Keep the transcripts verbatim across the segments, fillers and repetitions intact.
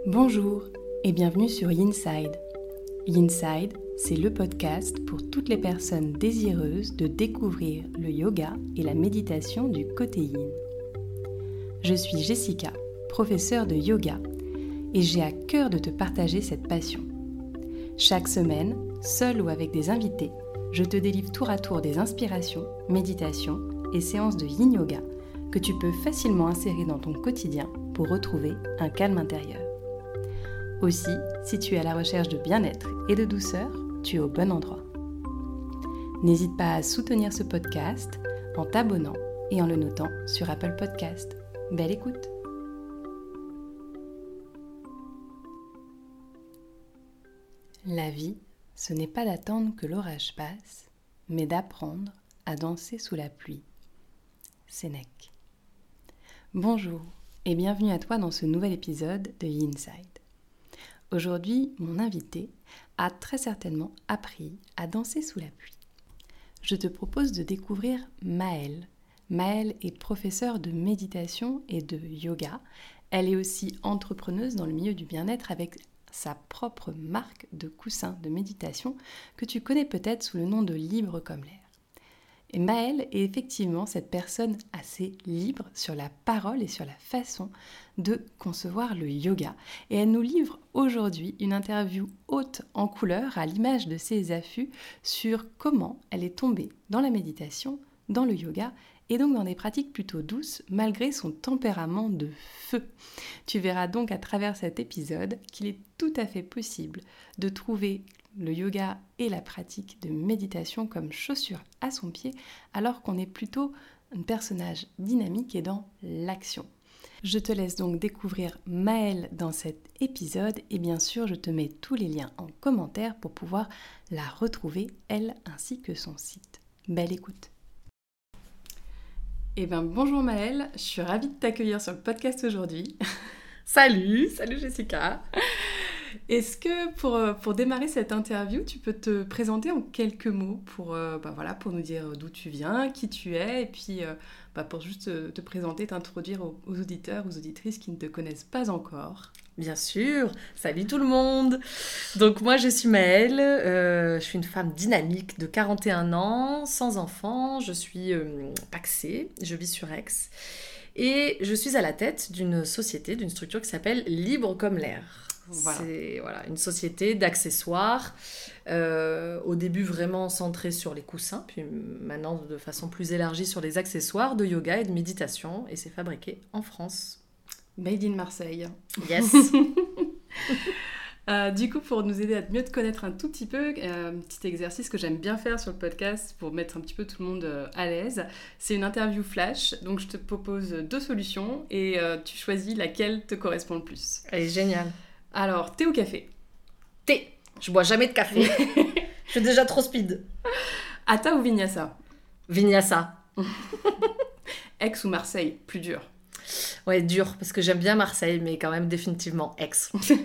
Bonjour et bienvenue sur Yinside. Yinside, c'est le podcast pour toutes les personnes désireuses de découvrir le yoga et la méditation du côté yin. Je suis Jessica, professeure de yoga, et j'ai à cœur de te partager cette passion. Chaque semaine, seule ou avec des invités, je te délivre tour à tour des inspirations, méditations et séances de yin yoga que tu peux facilement insérer dans ton quotidien pour retrouver un calme intérieur. Aussi, si tu es à la recherche de bien-être et de douceur, tu es au bon endroit. N'hésite pas à soutenir ce podcast en t'abonnant et en le notant sur Apple Podcast. Belle écoute! La vie, ce n'est pas d'attendre que l'orage passe, mais d'apprendre à danser sous la pluie. Sénèque. Bonjour et bienvenue à toi dans ce nouvel épisode de Yinside. Aujourd'hui, mon invité a très certainement appris à danser sous la pluie. Je te propose de découvrir Maëlle. Maëlle est professeure de méditation et de yoga. Elle est aussi entrepreneuse dans le milieu du bien-être avec sa propre marque de coussins de méditation que tu connais peut-être sous le nom de Libre comme l'air. Et Maëlle est effectivement cette personne assez libre sur la parole et sur la façon de concevoir le yoga. Et elle nous livre aujourd'hui une interview haute en couleurs à l'image de ses affûts sur comment elle est tombée dans la méditation, dans le yoga et donc dans des pratiques plutôt douces malgré son tempérament de feu. Tu verras donc à travers cet épisode qu'il est tout à fait possible de trouver le yoga et la pratique de méditation comme chaussure à son pied, alors qu'on est plutôt un personnage dynamique et dans l'action. Je te laisse donc découvrir Maëlle dans cet épisode et bien sûr je te mets tous les liens en commentaire pour pouvoir la retrouver, elle ainsi que son site. Belle écoute! Eh bien bonjour Maëlle, je suis ravie de t'accueillir sur le podcast aujourd'hui. Salut, salut Jessica. Est-ce que pour, pour démarrer cette interview, tu peux te présenter en quelques mots pour, euh, bah voilà, pour nous dire d'où tu viens, qui tu es, et puis euh, bah pour juste te, te présenter, t'introduire aux, aux auditeurs, aux auditrices qui ne te connaissent pas encore. Bien sûr, salut tout le monde. Donc moi je suis Maëlle, euh, je suis une femme dynamique de quarante et un ans, sans enfant, je suis euh, pacsée, je vis sur Aix. Et je suis à la tête d'une société, d'une structure qui s'appelle Libre comme l'air. Voilà. C'est voilà, une société d'accessoires, euh, au début vraiment centrée sur les coussins, puis maintenant de façon plus élargie sur les accessoires de yoga et de méditation, et c'est fabriqué en France. Made in Marseille. Yes. euh, Du coup, pour nous aider à mieux te connaître un tout petit peu, euh, un petit exercice que j'aime bien faire sur le podcast pour mettre un petit peu tout le monde euh, à l'aise, c'est une interview flash. Donc, je te propose deux solutions et euh, tu choisis laquelle te correspond le plus. Allez, génial. Alors, thé ou café? Thé. Je bois jamais de café. Je suis déjà trop speed. Hatha ou Vinyasa? Vinyasa. Aix ou Marseille? Plus dur. Ouais, dur, parce que j'aime bien Marseille, mais quand même définitivement Aix.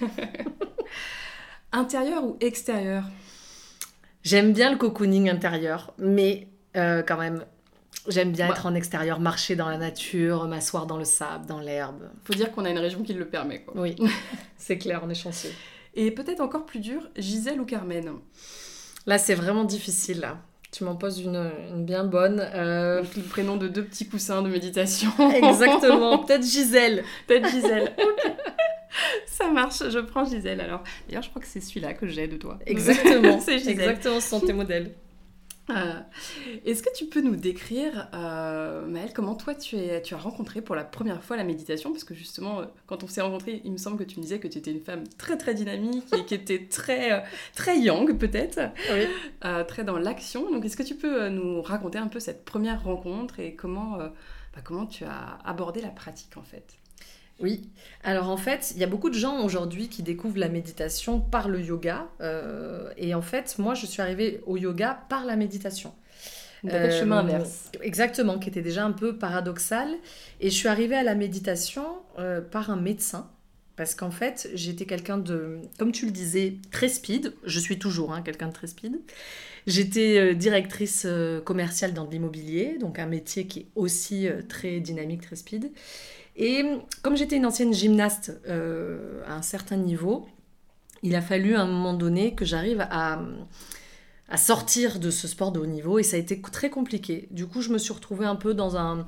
Intérieur ou extérieur? J'aime bien le cocooning intérieur, mais euh, quand même, j'aime bien bah. être en extérieur, marcher dans la nature, m'asseoir dans le sable, dans l'herbe. Faut dire qu'on a une région qui le permet, quoi. Oui, c'est clair, on est chanceux. Et peut-être encore plus dur, Gisèle ou Carmen? Là, c'est vraiment difficile, là. Tu m'en poses une, une bien bonne. Euh... Donc, le prénom de deux petits coussins de méditation. Exactement, peut-être Gisèle. Peut-être Gisèle. Okay. Ça marche, je prends Gisèle alors. D'ailleurs, je crois que c'est celui-là que j'ai de toi. Exactement, c'est Gisèle. Exactement, ce sont tes modèles. Euh, est-ce que tu peux nous décrire, euh, Maëlle, comment toi tu, es, tu as rencontré pour la première fois la méditation? Parce que justement, quand on s'est rencontrés, il me semble que tu me disais que tu étais une femme très très dynamique et qui était très, très yang peut-être, oui. euh, très dans l'action. Donc est-ce que tu peux nous raconter un peu cette première rencontre et comment, euh, bah, comment tu as abordé la pratique en fait? Oui, alors en fait, il y a beaucoup de gens aujourd'hui qui découvrent la méditation par le yoga. Euh, et en fait, moi, je suis arrivée au yoga par la méditation. T'as fait le chemin inverse. Exactement, qui était déjà un peu paradoxal. Et je suis arrivée à la méditation euh, par un médecin. Parce qu'en fait, j'étais quelqu'un de, comme tu le disais, très speed. Je suis toujours hein, quelqu'un de très speed. J'étais euh, directrice euh, commerciale dans de l'immobilier, donc un métier qui est aussi euh, très dynamique, très speed. Et comme j'étais une ancienne gymnaste euh, à un certain niveau, il a fallu à un moment donné que j'arrive à, à sortir de ce sport de haut niveau et ça a été très compliqué. Du coup, je me suis retrouvée un peu dans un,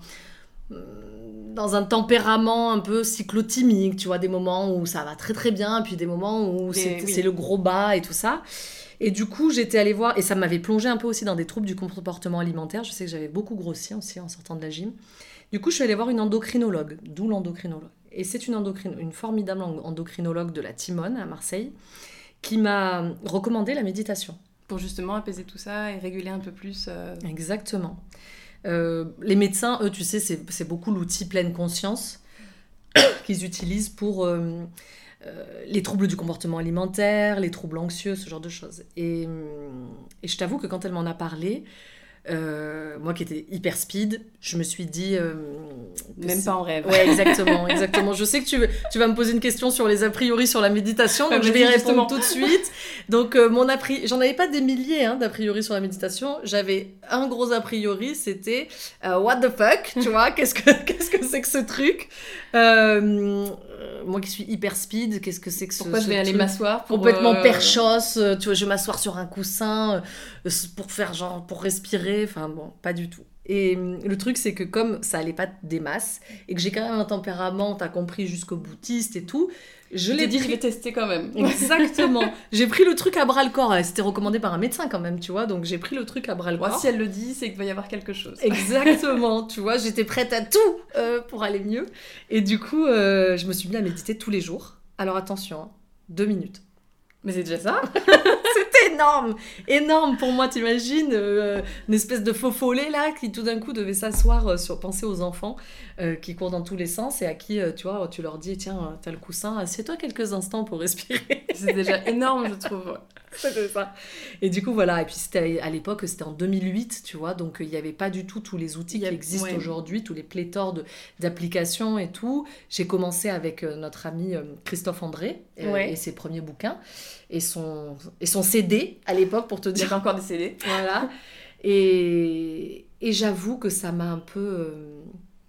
dans un tempérament un peu cyclotimique, tu vois, des moments où ça va très très bien, puis des moments où c'est, oui. c'est le gros bas et tout ça. Et du coup, j'étais allée voir, et ça m'avait plongée un peu aussi dans des troubles du comportement alimentaire. Je sais que j'avais beaucoup grossi aussi en sortant de la gym. Du coup, je suis allée voir une endocrinologue, d'où l'endocrinologue. Et c'est une, endocrino- une formidable endocrinologue de la Timone à Marseille qui m'a recommandé la méditation. Pour justement apaiser tout ça et réguler un peu plus. Euh... Exactement. Euh, les médecins, eux, tu sais, c'est, c'est beaucoup l'outil pleine conscience qu'ils utilisent pour euh, euh, les troubles du comportement alimentaire, les troubles anxieux, ce genre de choses. Et, et je t'avoue que quand elle m'en a parlé, Euh, moi qui étais hyper speed, je me suis dit... Euh, Même c'est... pas en rêve. Ouais, exactement, exactement. Je sais que tu, veux, tu vas me poser une question sur les a priori sur la méditation, donc ah, je vais y justement. répondre tout de suite. Donc, euh, mon a pri... j'en avais pas des milliers hein, d'a priori sur la méditation. J'avais un gros a priori, c'était euh, what the fuck, tu vois, qu'est-ce que, qu'est-ce que c'est que ce truc euh, moi qui suis hyper speed, qu'est-ce que c'est que ce Pourquoi ce je vais aller truc m'asseoir pour, complètement euh... perchosse, tu vois, je vais m'asseoir sur un coussin euh, pour faire genre, pour respirer, enfin bon, pas du tout. Et le truc, c'est que comme ça allait pas des masses, et que j'ai quand même un tempérament, t'as compris, jusqu'au boutiste et tout, je l'ai l'ai dit, pris... je vais tester quand même. Exactement. J'ai pris le truc à bras le corps. C'était recommandé par un médecin quand même, tu vois. Donc j'ai pris le truc à bras le corps. Moi, si elle le dit, c'est qu'il va y avoir quelque chose. Exactement. Tu vois, j'étais prête à tout euh, pour aller mieux. Et du coup, euh, je me suis mis à méditer tous les jours. Alors attention, hein, deux minutes. Mais c'est déjà ça. C'était énorme, énorme pour moi, t'imagines, euh, une espèce de faux follet là qui tout d'un coup devait s'asseoir sur penser aux enfants euh, qui courent dans tous les sens et à qui euh, tu vois, tu leur dis tiens, t'as le coussin, assieds-toi quelques instants pour respirer. C'est déjà énorme, je trouve. C'était ça. Et du coup voilà, et puis c'était à l'époque, c'était en deux mille huit, tu vois, donc il n'y avait pas du tout tous les outils a... qui existent ouais. aujourd'hui, tous les pléthores de, d'applications et tout. J'ai commencé avec euh, notre ami euh, Christophe André euh, ouais. et ses premiers bouquins et son, et son C D à l'époque pour te dire. Il y avait encore des C D. Voilà. Et, et j'avoue que ça m'a un peu... Euh,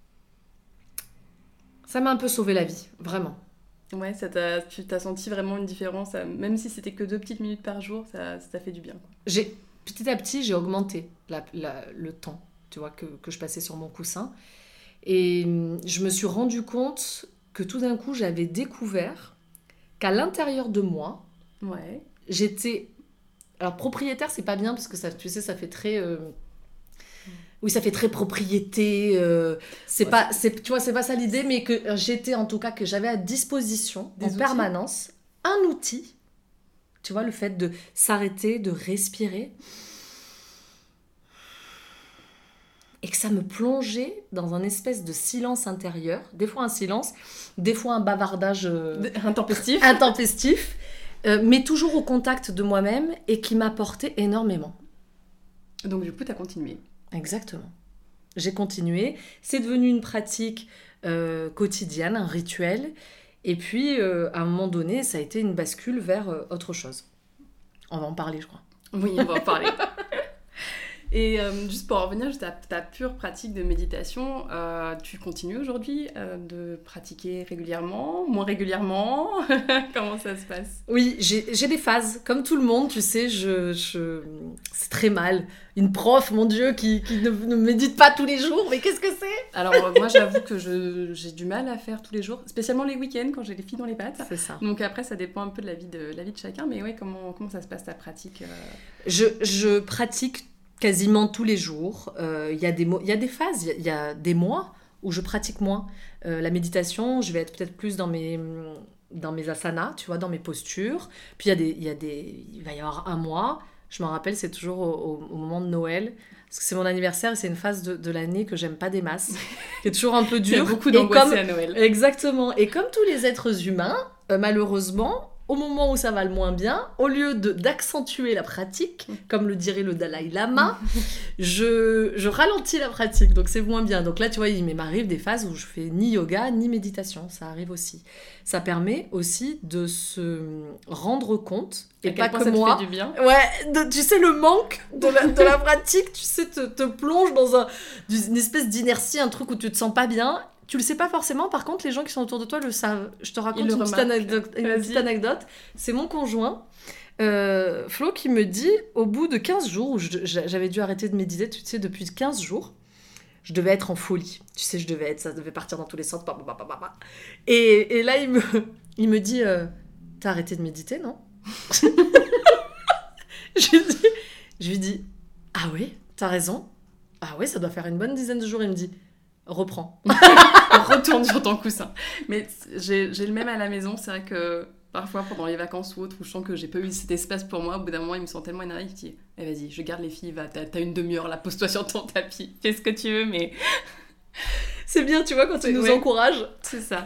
ça m'a un peu sauvé la vie, vraiment. Ouais, ça t'a, tu t'as senti vraiment une différence, même si c'était que deux petites minutes par jour, ça, ça t'a fait du bien. Quoi. J'ai, petit à petit, j'ai augmenté la, la, le temps, tu vois, que, que je passais sur mon coussin. Et je me suis rendu compte que tout d'un coup, j'avais découvert qu'à l'intérieur de moi, ouais. j'étais... Alors, propriétaire, c'est pas bien, parce que ça, tu sais, ça fait très... Euh... Oui, ça fait très propriété. Euh... C'est ouais, pas, c'est... C'est... Tu vois, c'est pas ça l'idée, mais que j'étais, en tout cas, que j'avais à disposition, Des en outils. permanence, un outil. Tu vois, le fait de s'arrêter, de respirer. Et que ça me plongeait dans un espèce de silence intérieur. Des fois un silence, des fois un bavardage... Euh... Intempestif. Intempestif. Euh, mais toujours au contact de moi-même et qui m'apportait énormément. Donc du coup, tu as continué. Exactement. J'ai continué. C'est devenu une pratique euh, quotidienne, un rituel. Et puis, euh, à un moment donné, ça a été une bascule vers euh, autre chose. On va en parler, je crois. Oui, on va en parler. Et euh, juste pour en revenir juste à ta pure pratique de méditation, euh, tu continues aujourd'hui euh, de pratiquer régulièrement, moins régulièrement? Comment ça se passe? Oui, j'ai, j'ai des phases, comme tout le monde, tu sais, je, je... c'est très mal. Une prof, mon Dieu, qui, qui ne, ne médite pas tous les jours, mais qu'est-ce que c'est? Alors euh, moi, j'avoue que je, j'ai du mal à faire tous les jours, spécialement les week-ends, quand j'ai les filles dans les pattes. C'est ça. Donc après, ça dépend un peu de la vie de, la vie de chacun, mais ouais, comment, comment ça se passe ta pratique? euh... je, je pratique quasiment tous les jours. Il euh, y, y a des phases, il y, y a des mois où je pratique moins. Euh, la méditation, je vais être peut-être plus dans mes, dans mes asanas, tu vois, dans mes postures. Puis il y a des, y a des, il va y avoir un mois, je m'en rappelle, c'est toujours au, au moment de Noël, parce que c'est mon anniversaire et c'est une phase de, de l'année que j'aime pas des masses, qui est toujours un peu dure. Il y a beaucoup d'angoisse à Noël. Exactement. Et comme tous les êtres humains, euh, malheureusement, au moment où ça va le moins bien, au lieu de, d'accentuer la pratique, comme le dirait le Dalai Lama, je, je ralentis la pratique, donc c'est moins bien. Donc là, tu vois, il m'arrive des phases où je fais ni yoga, ni méditation, ça arrive aussi. Ça permet aussi de se rendre compte, et à pas quel point que ça moi, te fait du bien. Ouais, de, tu sais, le manque de la, de la pratique, tu sais, te, te plonge dans un, une espèce d'inertie, un truc où tu te sens pas bien. Tu le sais pas forcément, par contre, les gens qui sont autour de toi le savent. Je te raconte Ils une le petite, remarquent. anecdote, une Vas-y. petite anecdote. C'est mon conjoint, euh, Flo, qui me dit, au bout de quinze jours, où je- j'avais dû arrêter de méditer, tu sais, depuis quinze jours, je devais être en folie. Tu sais, je devais être, ça devait partir dans tous les sens. Bah, bah, bah, bah, bah. Et, et là, il me, il me dit, euh, t'as arrêté de méditer, non? je, lui dis, je lui dis, ah oui, t'as raison. Ah oui, ça doit faire une bonne dizaine de jours. Il me dit, reprends. Retourne sur ton coussin. Mais j'ai, j'ai le même à la maison. C'est vrai que parfois, pendant les vacances ou autre, où je sens que j'ai pas eu cet espace pour moi, au bout d'un moment, il me sent tellement énervé qu'il dit eh, vas-y, je garde les filles, va, t'as, t'as une demi-heure là, pose-toi sur ton tapis, fais ce que tu veux, mais C'est bien, tu vois, quand tu C'est- nous ouais. encourages. c'est ça.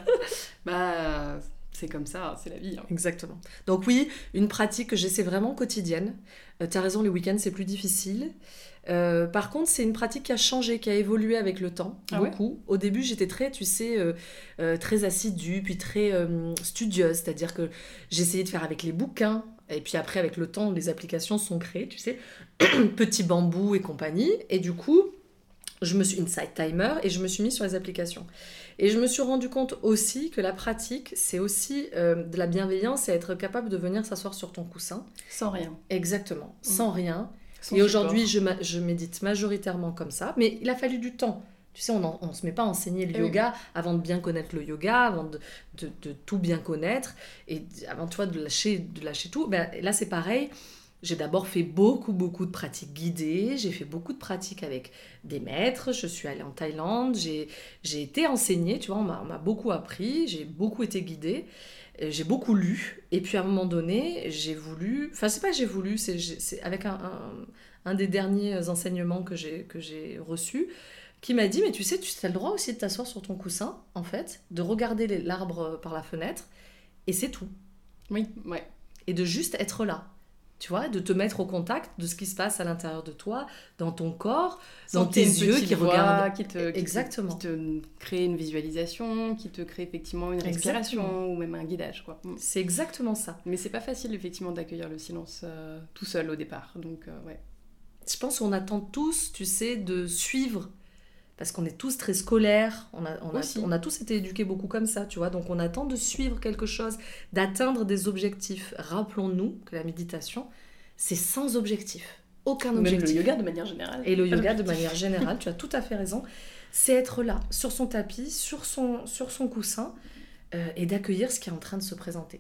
Bah, c'est comme ça, c'est la vie. Hein. Exactement. Donc oui, une pratique que j'essaie vraiment quotidienne. Euh, t'as raison, les week-ends, c'est plus difficile. Euh, par contre, c'est une pratique qui a changé, qui a évolué avec le temps, Ah ouais beaucoup. Au début, j'étais très, tu sais, euh, euh, très assidue, puis très euh, studieuse, c'est-à-dire que j'essayais de faire avec les bouquins, et puis après, avec le temps, les applications sont créées, tu sais, Petit Bambou et compagnie, et du coup, je me suis Insight Timer, et je me suis mise sur les applications. Et je me suis rendu compte aussi que la pratique, c'est aussi euh, de la bienveillance et être capable de venir s'asseoir sur ton coussin. Sans rien. Exactement, sans rien. Sans Et aujourd'hui, support. je, ma- je médite majoritairement comme ça, mais il a fallu du temps. Tu sais, on ne se met pas à enseigner le Eh oui. yoga avant de bien connaître le yoga, avant de, de- de tout bien connaître, et avant, tu vois, de lâcher, de lâcher tout. Ben, là, c'est pareil. J'ai d'abord fait beaucoup, beaucoup de pratiques guidées. J'ai fait beaucoup de pratiques avec des maîtres. Je suis allée en Thaïlande. J'ai, j'ai été enseignée, tu vois, on m'a, on m'a beaucoup appris. J'ai beaucoup été guidée. Euh, J'ai beaucoup lu. Et puis, à un moment donné, j'ai voulu... Enfin, c'est pas que j'ai voulu, c'est, j'ai- c'est avec un, un, un des derniers enseignements que j'ai, que j'ai reçus, qui m'a dit, mais tu sais, tu as le droit aussi de t'asseoir sur ton coussin, en fait, de regarder les- l'arbre par la fenêtre, et c'est tout. Oui, ouais. Et de juste être là. Tu vois, de te mettre au contact de ce qui se passe à l'intérieur de toi, dans ton corps, Sans dans qu'il y tes ait une yeux petite qui voix regardent. qui te, qui te- Exactement. qui te crée une visualisation, qui te crée effectivement une respiration Exactement. ou même un guidage, quoi. Mm. C'est exactement ça. Mais c'est pas facile effectivement d'accueillir le silence euh, tout seul au départ, donc euh, ouais. Je pense qu'on attend tous, tu sais, de suivre. Parce qu'on est tous très scolaires, on a, on, a, Aussi. on a tous été éduqués beaucoup comme ça, tu vois. Donc on attend de suivre quelque chose, d'atteindre des objectifs. Rappelons-nous que la méditation, c'est sans objectif. Aucun Même objectif. le yoga de manière générale. Et le Pas yoga, de d'objectif. manière générale, tu as tout à fait raison, c'est être là, sur son tapis, sur son, sur son coussin, euh, et d'accueillir ce qui est en train de se présenter.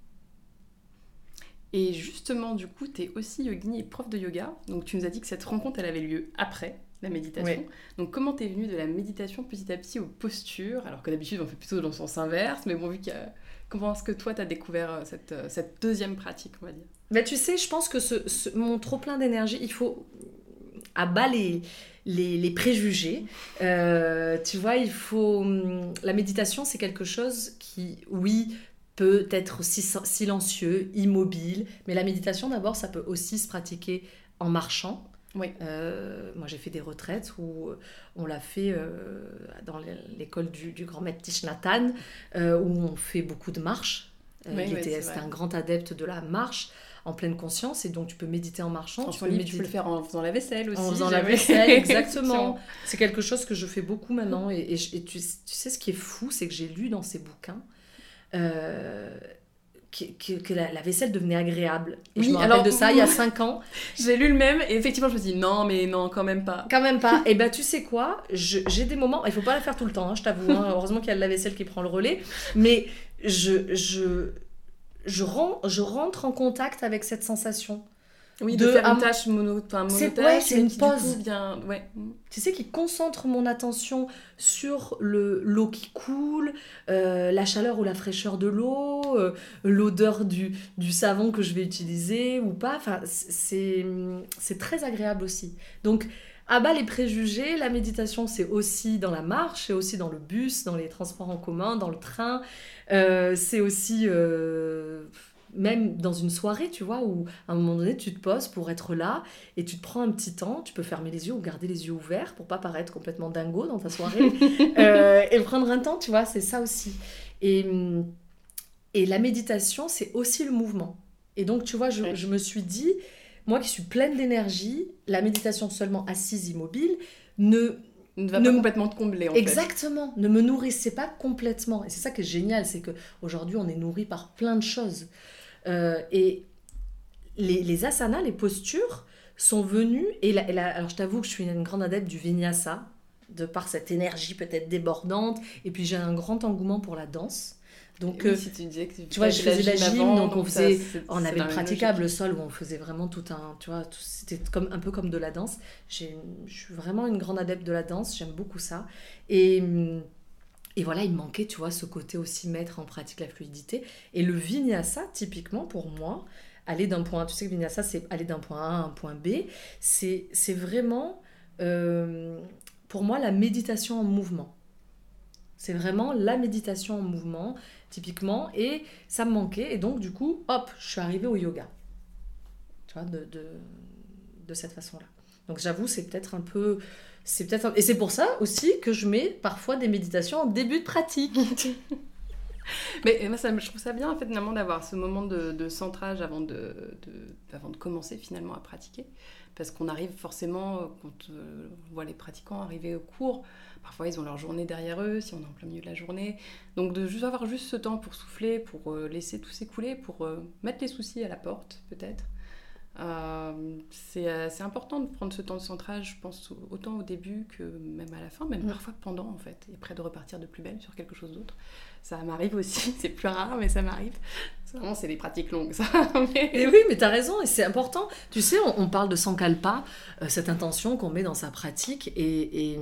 Et justement, du coup, tu es aussi yogini et prof de yoga. Donc, tu nous as dit que cette rencontre, elle avait lieu après la méditation. Oui. Donc, comment t'es venue de la méditation petit à petit aux postures, alors que d'habitude, on fait plutôt dans le sens inverse. Mais bon, vu qu'il y a... Comment est-ce que toi, tu as découvert euh, cette, euh, cette deuxième pratique, on va dire? Bah, tu sais, je pense que ce, ce- mon trop-plein d'énergie, il faut abat les, les, les préjugés. Euh, tu vois, il faut... hum, La méditation, c'est quelque chose qui, oui, peut être aussi si- silencieux, immobile, mais la méditation, d'abord, ça peut aussi se pratiquer en marchant. Oui. Euh, moi, j'ai fait des retraites où on l'a fait euh, dans l'école du, du grand maître Thich Nhat Hanh, euh, où on fait beaucoup de marches. Euh, Oui, il oui, était, c'est c'était vrai. un grand adepte de la marche en pleine conscience, et donc tu peux méditer en marchant. En tu ton peux livre, tu peux méditer- le faire en faisant la vaisselle aussi. en faisant la jamais. vaisselle, exactement. C'est quelque chose que je fais beaucoup maintenant. Et, et je- et tu, tu sais, ce qui est fou, c'est que j'ai lu dans ces bouquins euh, que, que- que la, la vaisselle devenait agréable. Et Oui, je me rappelle alors, de ça il y a cinq ans. J'ai lu le même et effectivement, je me suis dit non, mais non, quand même pas. Quand même pas. Et ben tu sais quoi, je- j'ai des moments, il faut pas la faire tout le temps, hein, je t'avoue. Hein. Heureusement qu'il y a le lave-vaisselle qui prend le relais. Mais je, je, je, ren- je rentre en contact avec cette sensation. Oui, de, De- faire à- une tâche mono, enfin, C'est- monotâche, ouais, c'est mais une qui, du coup, pause. vient- ouais. Tu sais, qui concentre mon attention sur le, l'eau qui coule, euh, la chaleur ou la fraîcheur de l'eau, euh, l'odeur du, du savon que je vais utiliser ou pas. Enfin, c'est, c'est très agréable aussi. Donc, à bas les préjugés, la méditation, c'est aussi dans la marche, c'est aussi dans le bus, dans les transports en commun, dans le train. Euh, c'est aussi... euh, même dans une soirée, tu vois, où à un moment donné, tu te poses pour être là et tu te prends un petit temps, tu peux fermer les yeux ou garder les yeux ouverts pour pas paraître complètement dingo dans ta soirée, euh, et prendre un temps, tu vois, c'est ça aussi. Et, et la méditation, c'est aussi le mouvement. Et donc, tu vois, je, Ouais. je me suis dit, moi qui suis pleine d'énergie, la méditation seulement assise immobile ne... ne va ne... pas complètement te combler en Exactement, fait. ne me nourrissait pas complètement. Et c'est ça qui est génial, c'est qu'aujourd'hui on est nourri par plein de choses. Euh, et les, les asanas, les postures, sont venues. Et, la, et la, alors je t'avoue que je suis une grande adepte du vinyasa, de par cette énergie peut-être débordante. Et puis j'ai un grand engouement pour la danse. Donc, oui, euh, si tu disais que tu, tu vois, je faisais la gym, avant, donc on faisait, ça, c'est, on c'est avait le praticable, le logique. sol, où on faisait vraiment tout un, tu vois, tout, c'était comme, un peu comme de la danse. J'ai, je suis vraiment une grande adepte de la danse, j'aime beaucoup ça. Et, et voilà, il me manquait, tu vois, ce côté aussi mettre en pratique la fluidité. Et le vinyasa, typiquement, pour moi, aller d'un point, tu sais que vinyasa, c'est aller d'un point A à un point B, c'est, c'est vraiment, euh, pour moi, la méditation en mouvement. C'est vraiment la méditation en mouvement, typiquement, et ça me manquait. Et donc, du coup, hop, je suis arrivée au yoga. Tu vois, de, de, de cette façon-là. Donc, j'avoue, c'est peut-être un peu... C'est peut-être un... Et c'est pour ça aussi que je mets parfois des méditations en début de pratique. Mais moi, ça, je trouve ça bien, en fait, finalement, d'avoir ce moment de, de centrage avant de, de, avant de commencer, finalement, à pratiquer. Parce qu'on arrive forcément, quand euh, on voit les pratiquants arriver au cours, parfois ils ont leur journée derrière eux, si on est en plein milieu de la journée. Donc de juste avoir juste ce temps pour souffler, pour euh, laisser tout s'écouler, pour euh, mettre les soucis à la porte, peut-être. Euh, c'est, euh, c'est important de prendre ce temps de centrage, je pense, autant au début que même à la fin, même Mm. parfois pendant, en fait, et après de repartir de plus belle sur quelque chose d'autre. Ça m'arrive aussi, c'est plus rare, mais ça m'arrive. C'est vraiment, c'est des pratiques longues, ça. mais... Et oui, mais t'as raison, et c'est important. Tu sais, on, on parle de sankalpa, euh, cette intention qu'on met dans sa pratique, et, et,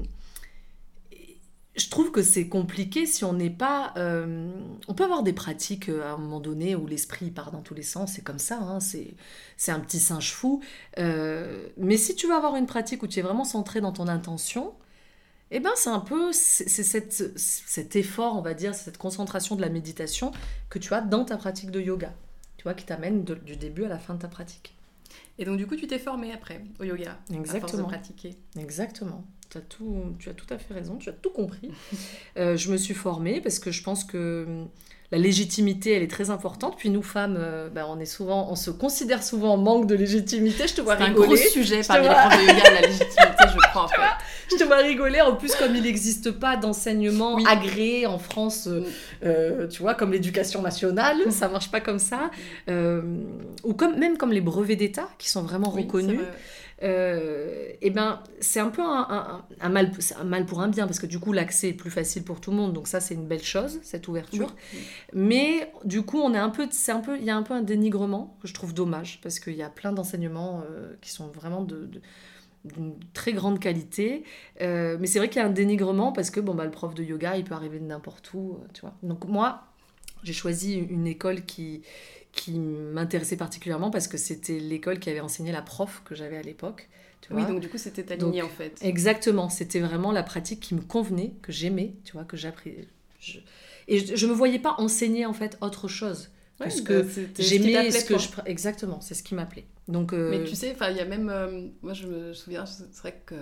et je trouve que c'est compliqué si on n'est pas... euh, on peut avoir des pratiques euh, à un moment donné où l'esprit part dans tous les sens, c'est comme ça, hein, c'est, c'est un petit singe fou. Euh, mais si tu veux avoir une pratique où tu es vraiment centré dans ton intention, eh ben c'est un peu c'est, c'est cette, cet effort, on va dire, cette concentration de la méditation que tu as dans ta pratique de yoga, tu vois, qui t'amène de- du début à la fin de ta pratique. Et donc, du coup, tu t'es formée après au yoga, à force de Exactement. pratiquer. Exactement. T'as tout, tu as tout à fait raison, tu as tout compris. Euh, je me suis formée parce que je pense que hum, la légitimité, elle est très importante. Puis nous, femmes, euh, ben, on est souvent, on se considère souvent en manque de légitimité. Je te vois C'est un rigoler. gros sujet Je parmi te les vois- profs de yoga, la légitimité, je crois, en fait. Je te vois rigoler. En plus, comme il n'existe pas d'enseignement Oui. agréé en France, euh, euh, tu vois, comme l'éducation nationale, ça marche pas comme ça. Euh, ou comme, même comme les brevets d'État, qui sont vraiment Oui, reconnus. c'est vrai. Euh, et ben c'est un peu un, un- un mal, c'est un mal pour un bien parce que du coup l'accès est plus facile pour tout le monde, donc ça c'est une belle chose, cette ouverture. Oui. Mais du coup on est un peu, c'est un peu, il y a un peu un dénigrement que je trouve dommage parce qu'il y a plein d'enseignements euh, qui sont vraiment de, de- d'une très grande qualité. Euh, mais c'est vrai qu'il y a un dénigrement parce que bon bah le prof de yoga il peut arriver de n'importe où, euh, tu vois. Donc moi j'ai choisi une école qui qui m'intéressait particulièrement parce que c'était l'école qui avait enseigné la prof que j'avais à l'époque. Tu Oui, vois. donc du coup, c'était aligné, Donc, en fait. Exactement, c'était vraiment la pratique qui me convenait, que j'aimais, tu vois, que j'appréciais. Je... Et je, je me voyais pas enseigner en fait autre chose que Ouais, ce bah, que c'était ce qui j'aimais, t'appelait, ce que toi. je exactement, c'est ce qui m'appelait. Donc euh, Mais tu sais, enfin, il y a même... euh, moi, je me souviens, c'est vrai que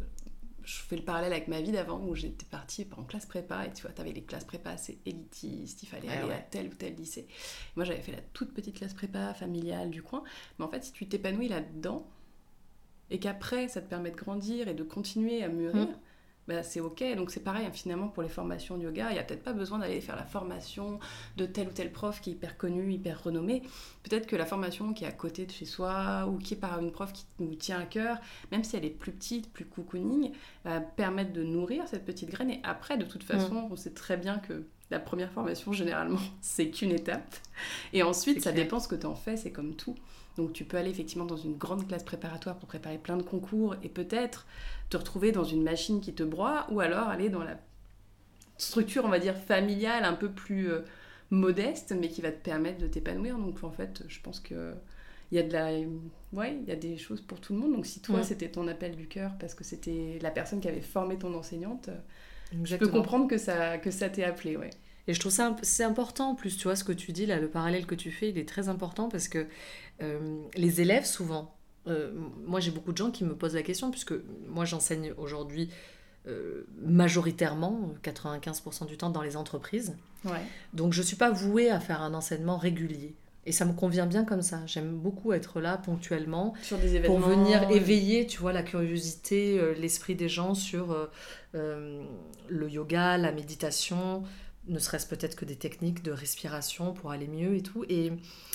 je fais le parallèle avec ma vie d'avant où j'étais partie en classe prépa et tu vois, t'avais les classes prépa assez élitistes, il fallait Ouais, aller ouais. à tel ou tel lycée. Moi, j'avais fait la toute petite classe prépa familiale du coin. Mais en fait, si tu t'épanouis là-dedans et qu'après, ça te permet de grandir et de continuer à mûrir, Mm. bah, c'est ok. Donc c'est pareil, hein, finalement, pour les formations de yoga, il n'y a peut-être pas besoin d'aller faire la formation de tel ou tel prof qui est hyper connu, hyper renommé. Peut-être que la formation qui est à côté de chez soi ou qui est par une prof qui nous tient à cœur, même si elle est plus petite, plus cocooning, va permettre de nourrir cette petite graine. Et après, de toute façon, on sait très bien que la première formation, généralement, c'est qu'une étape. Et ensuite, C'est ça clair. dépend ce que tu en fais, c'est comme tout. Donc tu peux aller effectivement dans une grande classe préparatoire pour préparer plein de concours et peut-être te retrouver dans une machine qui te broie ou alors aller dans la structure, on va dire, familiale un peu plus euh, modeste mais qui va te permettre de t'épanouir. Donc en fait, je pense que il y a de la ouais, il y a des choses pour tout le monde. Donc si toi, Ouais. c'était ton appel du cœur parce que c'était la personne qui avait formé ton enseignante, je peux Exactement. comprendre que ça que ça t'ait appelé, ouais. Et je trouve ça imp- c'est important en plus, tu vois, ce que tu dis là, le parallèle que tu fais, il est très important parce que euh, les élèves, souvent, euh, moi j'ai beaucoup de gens qui me posent la question, puisque moi j'enseigne aujourd'hui euh, majoritairement, quatre-vingt-quinze pour cent du temps dans les entreprises, Ouais. donc je ne suis pas vouée à faire un enseignement régulier. Et ça me convient bien comme ça. J'aime beaucoup être là ponctuellement sur des événements, pour venir euh... éveiller, tu vois, la curiosité, euh, l'esprit des gens sur euh, euh, le yoga, la méditation, ne serait-ce peut-être que des techniques de respiration pour aller mieux et tout. Et,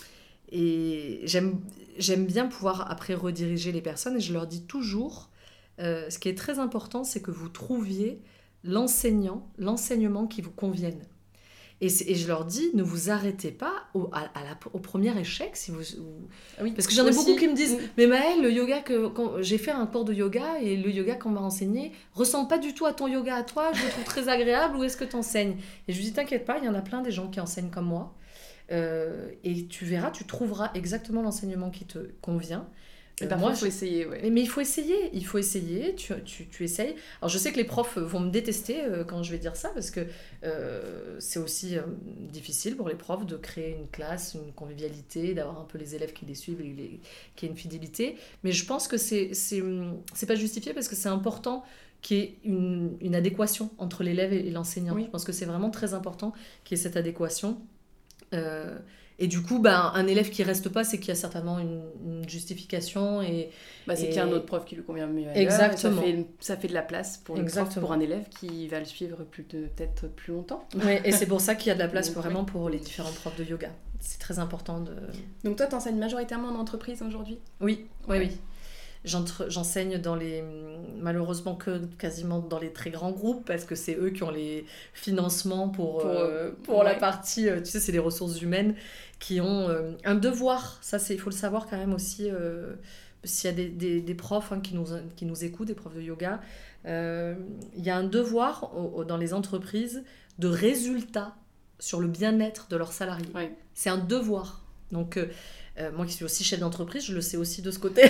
et j'aime, j'aime bien pouvoir après rediriger les personnes et je leur dis toujours, euh, ce qui est très important, c'est que vous trouviez l'enseignant, l'enseignement qui vous convienne. Et, et je leur dis, ne vous arrêtez pas au, à, à la, au premier échec. Si vous, ou... oui, parce que j'en ai aussi beaucoup qui me disent, mais Maëlle, le yoga que quand, j'ai fait un cours de yoga et le yoga qu'on m'a enseigné ressemble pas du tout à ton yoga à toi, je le trouve très agréable, où est-ce que tu enseignes? Et je lui dis, t'inquiète pas, il y en a plein des gens qui enseignent comme moi. Euh, et tu verras, tu trouveras exactement l'enseignement qui te convient. Et parfois, il faut essayer, ouais. Mais, mais il faut essayer, il faut essayer, tu, tu, tu essayes. Alors, je sais que les profs vont me détester euh, quand je vais dire ça, parce que euh, c'est aussi euh, difficile pour les profs de créer une classe, une convivialité, d'avoir un peu les élèves qui les suivent, et les, qu'il y ait une fidélité. Mais je pense que c'est, c'est, c'est pas justifié, parce que c'est important qu'il y ait une, une adéquation entre l'élève et, et l'enseignant. Oui. Je pense que c'est vraiment très important qu'il y ait cette adéquation. Euh, Et du coup, ben, un élève qui reste pas, c'est qu'il y a certainement une, une justification. Et, bah, c'est et... qu'il y a un autre prof qui lui convient mieux ailleurs. Exactement. Ça fait, ça fait de la place pour, le prof, pour un élève qui va le suivre plus de, peut-être plus longtemps. Oui, et c'est pour ça qu'il y a de la place. Donc, vraiment oui. Pour les différents profs de yoga. C'est très important de... Donc toi, tu enseignes majoritairement en entreprise aujourd'hui ? Oui, oui, oui. J'enseigne dans les, malheureusement que quasiment dans les très grands groupes parce que c'est eux qui ont les financements pour, pour, euh, pour ouais. la partie, tu sais, c'est les ressources humaines qui ont euh, un devoir. Ça, il faut le savoir quand même aussi, euh, s'il y a des, des, des profs hein, qui, nous, qui nous écoutent, des profs de yoga, euh, il y a un devoir au, au, dans les entreprises de résultat sur le bien-être de leurs salariés. Ouais. C'est un devoir. Donc, euh, euh, moi qui suis aussi chef d'entreprise, je le sais aussi de ce côté.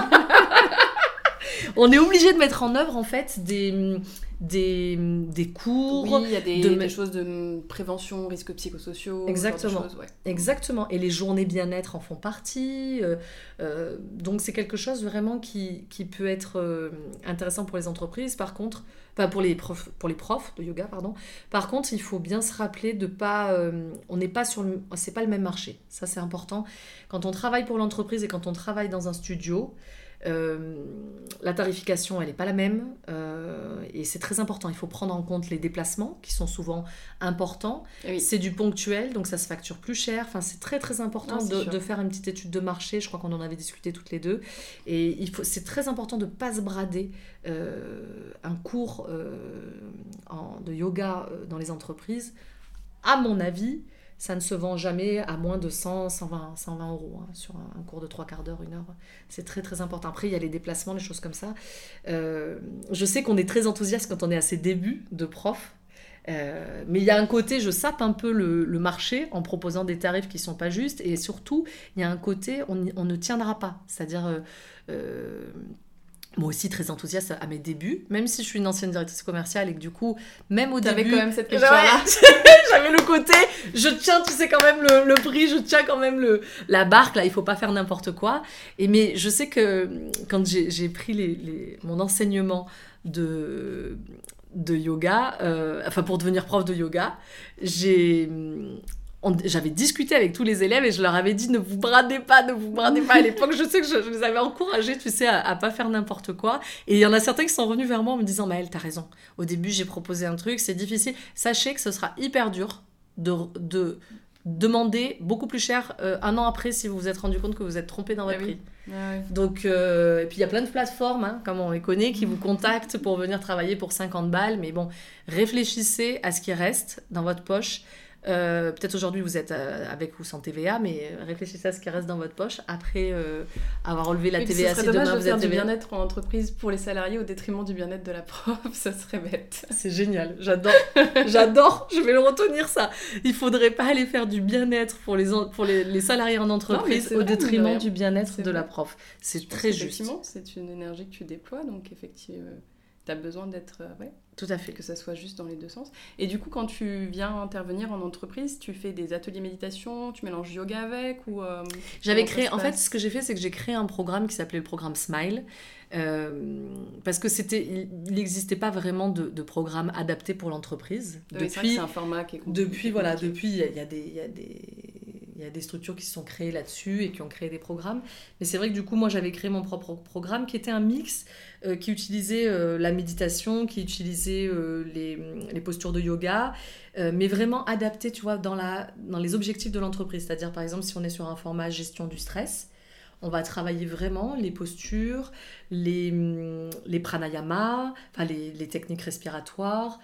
On est obligé de mettre en œuvre en fait des, des, des cours. Oui, il y a des, de... des choses de prévention, risques psychosociaux. Exactement. Choses, ouais. Exactement. Et les journées bien-être en font partie. Euh, euh, donc c'est quelque chose vraiment qui, qui peut être euh, intéressant pour les entreprises. Par contre, enfin pour les profs, pour les profs de yoga, pardon. Par contre, il faut bien se rappeler de pas, euh, on n'est pas sur le, c'est pas le même marché. Ça c'est important. Quand on travaille pour l'entreprise et quand on travaille dans un studio. Euh, la tarification elle n'est pas la même euh, et c'est très important, il faut prendre en compte les déplacements qui sont souvent importants. Oui. C'est du ponctuel donc ça se facture plus cher, enfin, c'est très très important non, de, de faire une petite étude de marché, je crois qu'on en avait discuté toutes les deux et il faut, c'est très important de ne pas se brader euh, un cours euh, en, de yoga dans les entreprises. À mon avis ça ne se vend jamais à moins de cent, cent vingt, cent vingt euros hein, sur un, un cours de trois quarts d'heure, une heure. C'est très, très important. Après, il y a les déplacements, les choses comme ça. Euh, je sais qu'on est très enthousiaste quand on est à ses débuts de prof. Euh, mais il y a un côté, je sape un peu le, le marché en proposant des tarifs qui ne sont pas justes. Et surtout, il y a un côté, on, on ne tiendra pas. C'est-à-dire... Euh, euh, moi aussi très enthousiaste à mes débuts, même si je suis une ancienne directrice commerciale et que du coup, même au T'avais début... quand même cette question-là. J'avais le côté, je tiens, tu sais, quand même le, le prix, je tiens quand même le, la barque, là, il faut pas faire n'importe quoi. Et, mais je sais que quand j'ai, j'ai pris les, les, mon enseignement de, de yoga, euh, enfin pour devenir prof de yoga, j'ai... On, j'avais discuté avec tous les élèves et je leur avais dit ne vous bradez pas, ne vous bradez pas. À l'époque, je sais que je, je les avais encouragés, tu sais, à, à pas faire n'importe quoi. Et il y en a certains qui sont revenus vers moi en me disant Maëlle, t'as raison. Au début, j'ai proposé un truc, c'est difficile. Sachez que ce sera hyper dur de, de demander beaucoup plus cher euh, un an après si vous vous êtes rendu compte que vous êtes trompé dans votre ah oui. prix. Ah oui. Donc, euh, et puis il y a plein de plateformes, hein, comme on les connaît, qui vous contactent pour venir travailler pour cinquante balles. Mais bon, réfléchissez à ce qui reste dans votre poche. Euh, peut-être aujourd'hui vous êtes euh, avec ou sans T V A, mais réfléchissez à ce qui reste dans votre poche après euh, avoir enlevé la oui, T V A. Ce serait dommage de faire du bien-être en entreprise pour les salariés au détriment du bien-être de la prof, ça serait bête. C'est génial, j'adore, j'adore, je vais le retenir ça. Il faudrait pas aller faire du bien-être pour les, en... pour les, les salariés en entreprise non, au vrai, détriment mais... du bien-être c'est de vrai. La prof. C'est je très juste. Effectivement, c'est une énergie que tu déploies, donc effectivement... tu as besoin d'être... Euh, ouais, tout à fait. Que ça soit juste dans les deux sens. Et du coup, quand tu viens intervenir en entreprise, tu fais des ateliers méditation, tu mélanges yoga avec ou... Euh, J'avais créé... En fait, ce que j'ai fait, c'est que j'ai créé un programme qui s'appelait le programme Smile. Euh, parce que c'était... Il n'existait pas vraiment de, de programme adapté pour l'entreprise. Oui, depuis, c'est, vrai que c'est un format qui est compliqué. Depuis, voilà, depuis, il y, y a des... Y a des... il y a des structures qui se sont créées là-dessus et qui ont créé des programmes. Mais c'est vrai que du coup, moi, j'avais créé mon propre programme qui était un mix euh, qui utilisait euh, la méditation, qui utilisait euh, les, les postures de yoga, euh, mais vraiment adapté, tu vois, dans, la, dans les objectifs de l'entreprise. C'est-à-dire, par exemple, si on est sur un format gestion du stress, on va travailler vraiment les postures, les, les pranayamas, enfin les, les techniques respiratoires,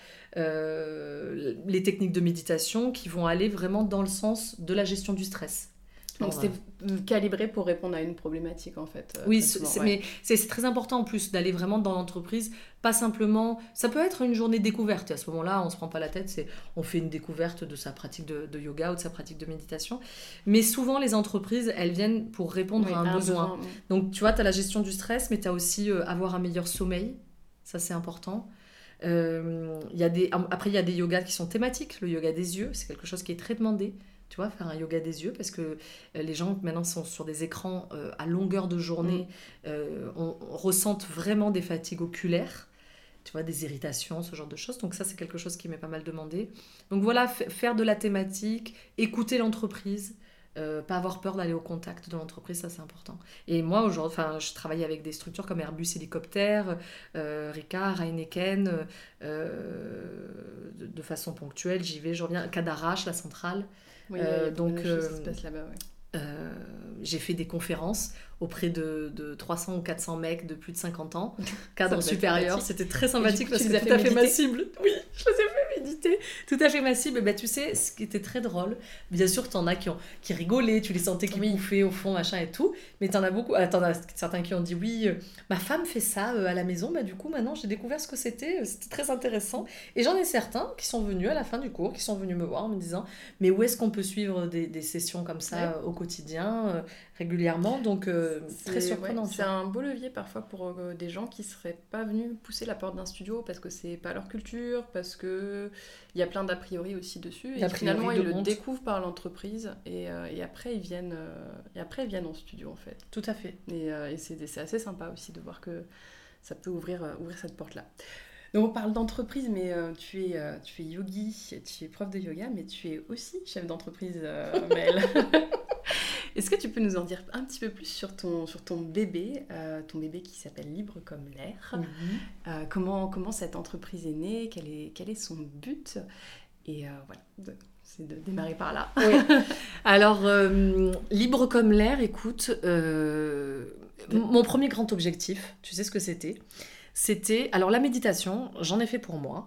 euh, les techniques de méditation qui vont aller vraiment dans le sens de la gestion du stress. Donc c'était calibré pour répondre à une problématique en fait. Oui, c'est, c'est, ouais. mais c'est, c'est très important en plus d'aller vraiment dans l'entreprise, pas simplement... Ça peut être une journée découverte, et à ce moment-là, on ne se prend pas la tête, c'est, on fait une découverte de sa pratique de, de yoga ou de sa pratique de méditation. Mais souvent, les entreprises, elles viennent pour répondre oui, à un, un besoin. besoin oui. Donc tu vois, tu as la gestion du stress, mais tu as aussi euh, avoir un meilleur sommeil, ça c'est important. Euh, y a des... Après, il y a des yogas qui sont thématiques, le yoga des yeux, c'est quelque chose qui est très demandé. Tu vois, faire un yoga des yeux, parce que les gens maintenant sont sur des écrans euh, à longueur de journée, mmh. euh, on, on ressent vraiment des fatigues oculaires, tu vois, des irritations, ce genre de choses. Donc ça, c'est quelque chose qui m'est pas mal demandé. Donc voilà, f- faire de la thématique, écouter l'entreprise, euh, pas avoir peur d'aller au contact de l'entreprise, ça c'est important. Et moi, aujourd'hui, enfin, je travaille avec des structures comme Airbus Hélicoptère, euh, Ricard, Heineken, euh, de, de façon ponctuelle, j'y vais, je reviens, Cadarache, la centrale. Oui, il y a, euh, y a donc, de choses qui se passent là-bas, ouais. euh, j'ai fait des conférences auprès de, de trois cents ou quatre cents mecs de plus de cinquante ans, cadre supérieur, c'était très sympathique parce que tout à fait ma cible. Oui, je les ai fait méditer, tout à fait ma cible. Et ben, tu sais, ce qui était très drôle, bien sûr, t'en as qui, ont, qui rigolaient, tu les sentais qui oui. bouffaient au fond, machin et tout, mais t'en as beaucoup, ah, t'en as certains qui ont dit oui, euh, ma femme fait ça euh, à la maison, bah, du coup, maintenant, j'ai découvert ce que c'était, euh, c'était très intéressant. Et j'en ai certains qui sont venus à la fin du cours, qui sont venus me voir en me disant, mais où est-ce qu'on peut suivre des, des sessions comme ça ouais. euh, au quotidien, euh, régulièrement, donc euh, c'est, très surprenant. Ouais, c'est un beau levier parfois pour euh, des gens qui seraient pas venus pousser la porte d'un studio parce que c'est pas leur culture, parce que il y a plein d'a priori aussi dessus, et finalement ils le découvrent par l'entreprise et, euh, et après ils viennent euh, et après ils viennent en studio en fait. Tout à fait. Et, euh, et c'est, c'est assez sympa aussi de voir que ça peut ouvrir euh, ouvrir cette porte là. Donc on parle d'entreprise, mais euh, tu, es, euh, tu es yogi, tu es prof de yoga, mais tu es aussi chef d'entreprise, euh, Maëlle. Est-ce que tu peux nous en dire un petit peu plus sur ton, sur ton bébé, euh, ton bébé qui s'appelle Libre comme l'air, mm-hmm. euh, comment, comment cette entreprise est née, quel est, quel est son but, et euh, voilà, de, c'est de démarrer par là. Oui. Alors, euh, Libre comme l'air, écoute, euh, m- mon premier grand objectif, tu sais ce que c'était ? C'était, alors la méditation, j'en ai fait pour moi.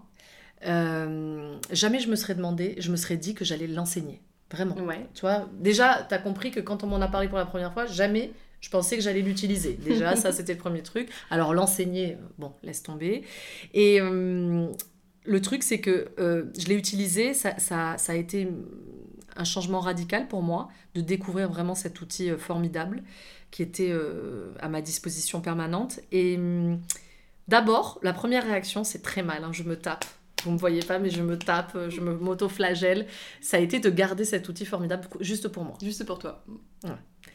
Euh, jamais je me serais demandé, je me serais dit que j'allais l'enseigner. Vraiment. Ouais. Tu vois, déjà, tu as compris que quand on m'en a parlé pour la première fois, jamais je pensais que j'allais l'utiliser. Déjà, ça, c'était le premier truc. Alors, l'enseigner, bon, laisse tomber. Et euh, le truc, c'est que euh, je l'ai utilisé, ça, ça, ça a été un changement radical pour moi de découvrir vraiment cet outil formidable qui était euh, à ma disposition permanente. Et euh, d'abord, la première réaction, c'est très mal, hein, je me tape. Vous ne me voyez pas, mais je me tape, je me m'auto-flagelle. Ça a été de garder cet outil formidable juste pour moi. Juste pour toi. Ouais.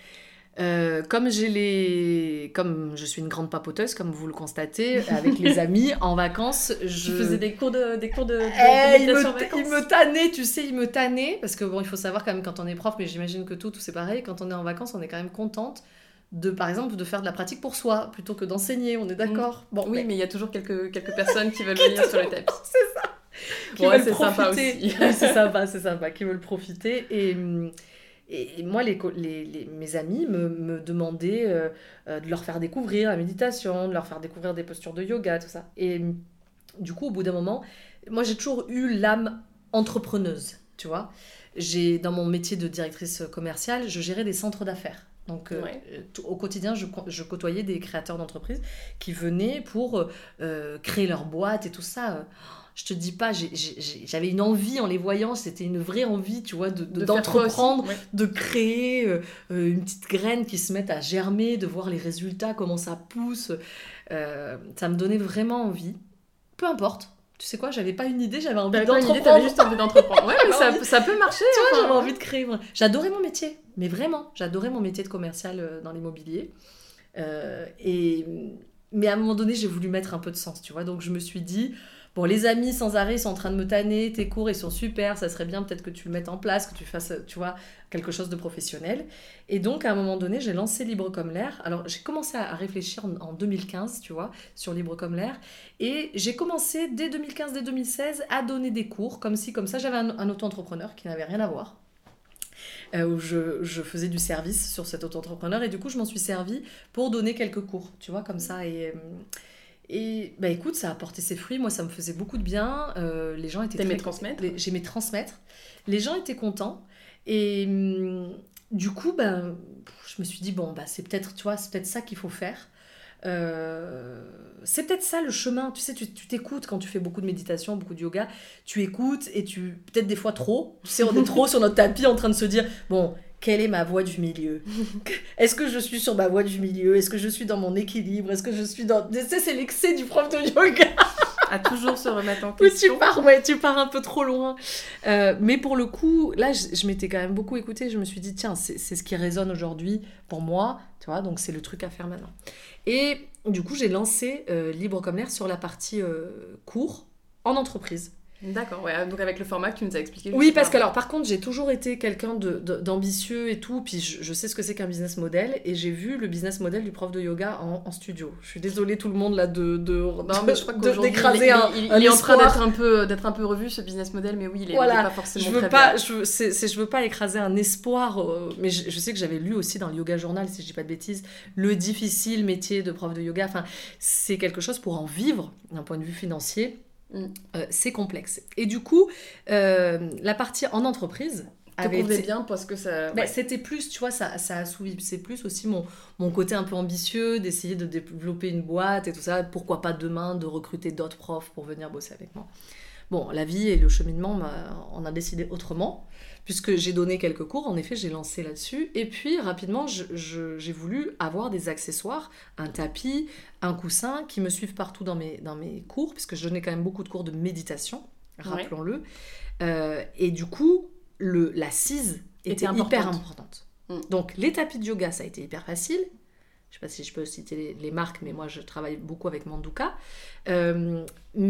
Euh, comme, j'ai les... comme je suis une grande papoteuse, comme vous le constatez, avec les amis, en vacances, je... Tu faisais des cours de, des cours de, de, hey, de méditation en vacances. Il me tannait, tu sais, il me tannait. Parce que bon, il faut savoir quand même, quand on est prof, mais j'imagine que tout, tout c'est pareil, quand on est en vacances, on est quand même contente de, par exemple, de faire de la pratique pour soi, plutôt que d'enseigner, on est d'accord. Mmh. Bon, oui, mais... mais il y a toujours quelques, quelques personnes qui veulent venir sur le tapis. C'est ça. Qui ouais, veulent c'est profiter. Sympa aussi. Oui, c'est sympa, c'est sympa, qui veulent profiter. Et, et, et moi, les, les, les, mes amis me, me demandaient euh, euh, de leur faire découvrir la méditation, de leur faire découvrir des postures de yoga, tout ça. Et du coup, au bout d'un moment, moi, j'ai toujours eu l'âme entrepreneuse, tu vois. J'ai, dans mon métier de directrice commerciale, je gérais des centres d'affaires. Donc, euh, ouais. t- au quotidien, je, je côtoyais des créateurs d'entreprises qui venaient pour euh, créer leur boîte et tout ça. Je te dis pas, j'ai, j'ai, j'avais une envie en les voyant, c'était une vraie envie, tu vois, de, de, de d'entreprendre, ouais. de créer euh, une petite graine qui se mette à germer, de voir les résultats, comment ça pousse. Euh, ça me donnait vraiment envie. Peu importe. Tu sais quoi, j'avais pas une idée, j'avais envie t'avais d'entreprendre. Pas une idée, t'avais juste envie d'entreprendre. Ouais, mais ça, ça peut marcher. Tu vois, enfin, j'avais envie de créer. J'adorais mon métier, mais vraiment, j'adorais mon métier de commercial dans l'immobilier. Euh, et... Mais à un moment donné, j'ai voulu mettre un peu de sens, tu vois. Donc je me suis dit, bon, les amis sans arrêt sont en train de me tanner, tes cours ils sont super, ça serait bien peut-être que tu le mettes en place, que tu fasses, tu vois, quelque chose de professionnel. Et donc, à un moment donné, j'ai lancé Libre comme l'air. Alors, j'ai commencé à réfléchir en, en deux mille quinze, tu vois, sur Libre comme l'air. Et j'ai commencé dès deux mille quinze, dès deux mille seize, à donner des cours, comme si, comme ça, j'avais un, un auto-entrepreneur qui n'avait rien à voir. Euh, où je, je faisais du service sur cet auto-entrepreneur. Et du coup, je m'en suis servie pour donner quelques cours, tu vois, comme ça. Et... Et bah écoute, ça a porté ses fruits. Moi, ça me faisait beaucoup de bien. Euh, les gens étaient T'aimais très... transmettre les... J'aimais transmettre. Les gens étaient contents. Et hum, du coup, bah, je me suis dit, bon, bah, c'est peut-être, tu vois, c'est peut-être ça qu'il faut faire. Euh, c'est peut-être ça le chemin. Tu sais, tu, tu t'écoutes quand tu fais beaucoup de méditation, beaucoup de yoga. Tu écoutes et tu... Peut-être des fois trop. Tu sais, on est trop sur notre tapis en train de se dire, bon... Quelle est ma voie du milieu? Est-ce que je suis sur ma voie du milieu? Est-ce que je suis dans mon équilibre? Est-ce que je suis dans... Tu sais, c'est l'excès du prof de yoga. À toujours se remettre en Oui, question. tu pars, ouais, tu pars un peu trop loin. Euh, mais pour le coup, là, je, je m'étais quand même beaucoup écoutée. Je me suis dit, tiens, c'est, c'est ce qui résonne aujourd'hui pour moi. Tu vois, donc c'est le truc à faire maintenant. Et du coup, j'ai lancé euh, Libre comme l'air sur la partie euh, cours en entreprise. D'accord, ouais, donc avec le format que tu nous as expliqué. Oui, parce que alors par contre, j'ai toujours été quelqu'un de, de, d'ambitieux et tout, puis je, je sais ce que c'est qu'un business model, et j'ai vu le business model du prof de yoga en, en studio. Je suis désolée tout le monde là de, de, non, mais je crois de, qu'aujourd'hui, d'écraser il, un, il, il, un il est en train espoir. d'être un peu, d'être un peu revu ce business model, mais oui, il est, Voilà. il est pas forcément je veux très pas, bien. je, c'est, c'est, je veux pas écraser un espoir, euh, mais je, je sais que j'avais lu aussi dans le Yoga Journal, si je dis pas de bêtises, le difficile métier de prof de yoga. Enfin, c'est quelque chose pour en vivre d'un point de vue financier. Mm. Euh, c'est complexe. Et du coup, euh, la partie en entreprise te convenait été... bien parce que ça... Bah, ouais. C'était plus, tu vois, ça, ça a assouvi. C'est plus aussi mon, mon côté un peu ambitieux d'essayer de développer une boîte et tout ça. Pourquoi pas demain de recruter d'autres profs pour venir bosser avec moi. Bon, la vie et le cheminement, bah, on a décidé autrement. Puisque j'ai donné quelques cours, en effet, j'ai lancé là-dessus. Et puis, rapidement, je, je, j'ai voulu avoir des accessoires, un tapis, un coussin, qui me suivent partout dans mes, dans mes cours, puisque je donnais quand même beaucoup de cours de méditation, rappelons-le. Ouais. Euh, et du coup, le, l'assise était, était hyper importante. Mm. Donc, les tapis de yoga, ça a été hyper facile. Je ne sais pas si je peux citer les, les marques, mais moi, je travaille beaucoup avec Manduka. Euh,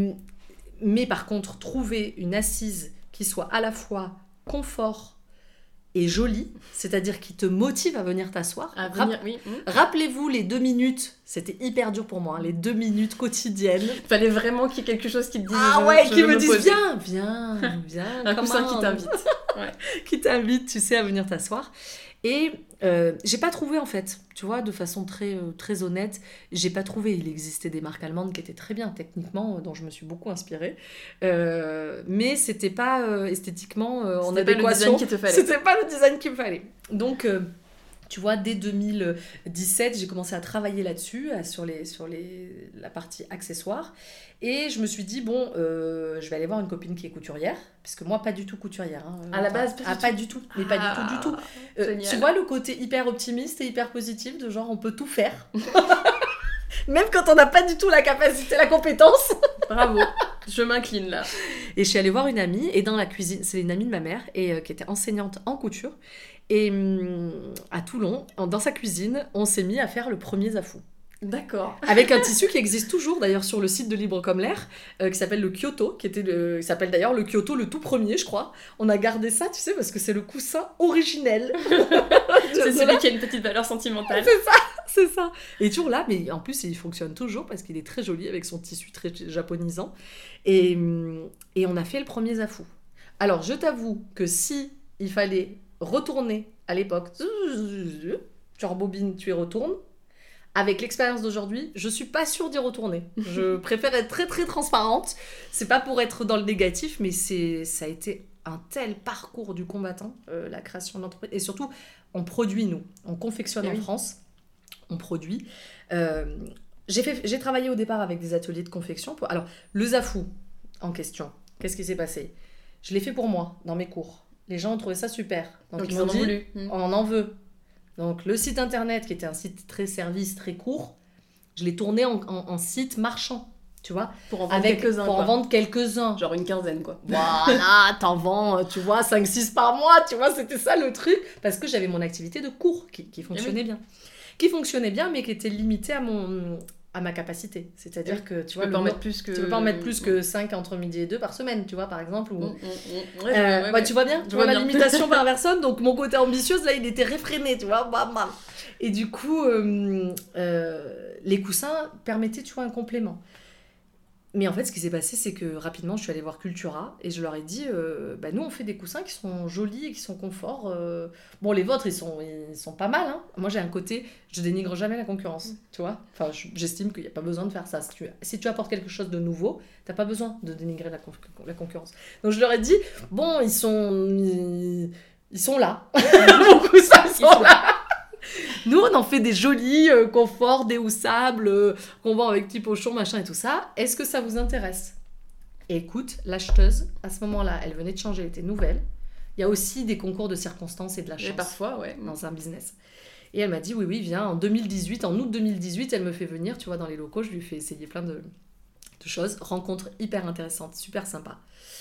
mais par contre, trouver une assise qui soit à la fois confort et jolie, c'est-à-dire qui te motive à venir t'asseoir. À venir, Rapp- oui. Mmh. Rappelez-vous les deux minutes, c'était hyper dur pour moi, hein, les deux minutes quotidiennes. Il fallait vraiment qu'il y ait quelque chose qui te dise. Ah ouais, qui me dise viens, viens, viens. Un coussin qui t'invite. Ouais. Qui t'invite, tu sais, à venir t'asseoir. Et euh, j'ai pas trouvé en fait, tu vois, de façon très, euh, très honnête, j'ai pas trouvé. Il existait des marques allemandes qui étaient très bien techniquement, euh, dont je me suis beaucoup inspirée, euh, mais c'était pas euh, esthétiquement euh, en adéquation. C'était pas le design qu'il te fallait. C'était pas le design qu'il me fallait. Donc, euh, tu vois, dès deux mille dix-sept, j'ai commencé à travailler là-dessus, sur, les, sur les, la partie accessoires. Et je me suis dit, bon, euh, je vais aller voir une copine qui est couturière, parce que moi, pas du tout couturière. Hein, à la base, pas, ah, du, pas tout. du tout. Mais pas ah, du tout, du tout. Euh, tu vois le côté hyper optimiste et hyper positif, de genre, on peut tout faire. Même quand on n'a pas du tout la capacité, la compétence. Bravo, je m'incline là. Et je suis allée voir une amie, et dans la cuisine, c'est une amie de ma mère, et, euh, qui était enseignante en couture. Et hum, à Toulon, dans sa cuisine, on s'est mis à faire le premier zafou. D'accord. Avec un tissu qui existe toujours d'ailleurs sur le site de Libre comme l'air, euh, qui s'appelle le Kyoto, qui, était le, qui s'appelle d'ailleurs le Kyoto le tout premier, je crois. On a gardé ça, tu sais, parce que c'est le coussin originel. C'est celui qui a une petite valeur sentimentale. C'est ça, c'est ça. Il est toujours là, mais en plus il fonctionne toujours parce qu'il est très joli avec son tissu très japonisant. Et, et on a fait le premier zafou. Alors je t'avoue que si il fallait retourner à l'époque, tu rembobines, tu y retournes. Avec l'expérience d'aujourd'hui, je suis pas sûre d'y retourner. Je préfère être très très transparente. C'est pas pour être dans le négatif, mais c'est, ça a été un tel parcours du combattant, euh, la création d'entreprise. Et surtout, on produit, nous. On confectionne et en oui. France. On produit. Euh, j'ai, fait, j'ai travaillé au départ avec des ateliers de confection. Pour... Alors, le zafou en question, qu'est-ce qui s'est passé ? Je l'ai fait pour moi, dans mes cours. Les gens ont trouvé ça super. Donc, Donc ils m'ont dit, voulu. On en veut. Donc le site internet, qui était un site très service, très court, je l'ai tourné en, en, en site marchand, tu vois. Pour en vendre avec, quelques-uns. Pour quoi. en vendre quelques-uns. Genre une quinzaine, quoi. Voilà, t'en vends, tu vois, cinq six par mois, tu vois, c'était ça le truc. Parce que j'avais mon activité de cours qui, qui fonctionnait oui. bien. Qui fonctionnait bien, mais qui était limitée à mon, à ma capacité. C'est-à-dire oui. que, tu Tu vois, peux le pas en no- mettre plus que... tu peux pas en mettre plus que cinq entre midi et deux par semaine, tu vois, par exemple. Ou... Mm, mm, mm. Ouais, Euh, ouais, bah, ouais. tu vois bien, tu Je vois, vois ma bien. limitation par personne, donc mon côté ambitieuse, là, il était réfréné, tu vois, bam, bam. Et du coup, euh, euh, les coussins permettaient, tu vois, un complément. Mais en fait, ce qui s'est passé, c'est que rapidement, je suis allée voir Cultura et je leur ai dit, euh, bah, nous, on fait des coussins qui sont jolis et qui sont confort. euh. Bon, les vôtres, ils sont, ils sont pas mal. Hein. Moi, j'ai un côté, je dénigre jamais la concurrence, tu vois. Enfin, je- j'estime qu'il n'y a pas besoin de faire ça. Si tu, si tu apportes quelque chose de nouveau, t'as pas besoin de dénigrer la, conf- la concurrence. Donc, je leur ai dit, bon, ils sont, ils, ils sont là. Vos coussins sont, Ils sont là. Nous, on en fait des jolis euh, conforts, déhoussables, euh, qu'on vend avec petit pochon, machin et tout ça. Est-ce que ça vous intéresse? Et écoute, l'acheteuse, à ce moment-là, elle venait de changer, elle était nouvelle. Il y a aussi des concours de circonstances et de la Mais chance parfois, ouais. dans un business. Et elle m'a dit, oui, oui, viens, en deux mille dix-huit, en août deux mille dix-huit, elle me fait venir, tu vois, dans les locaux, je lui fais essayer plein de, de choses. Rencontre hyper intéressante, super sympa.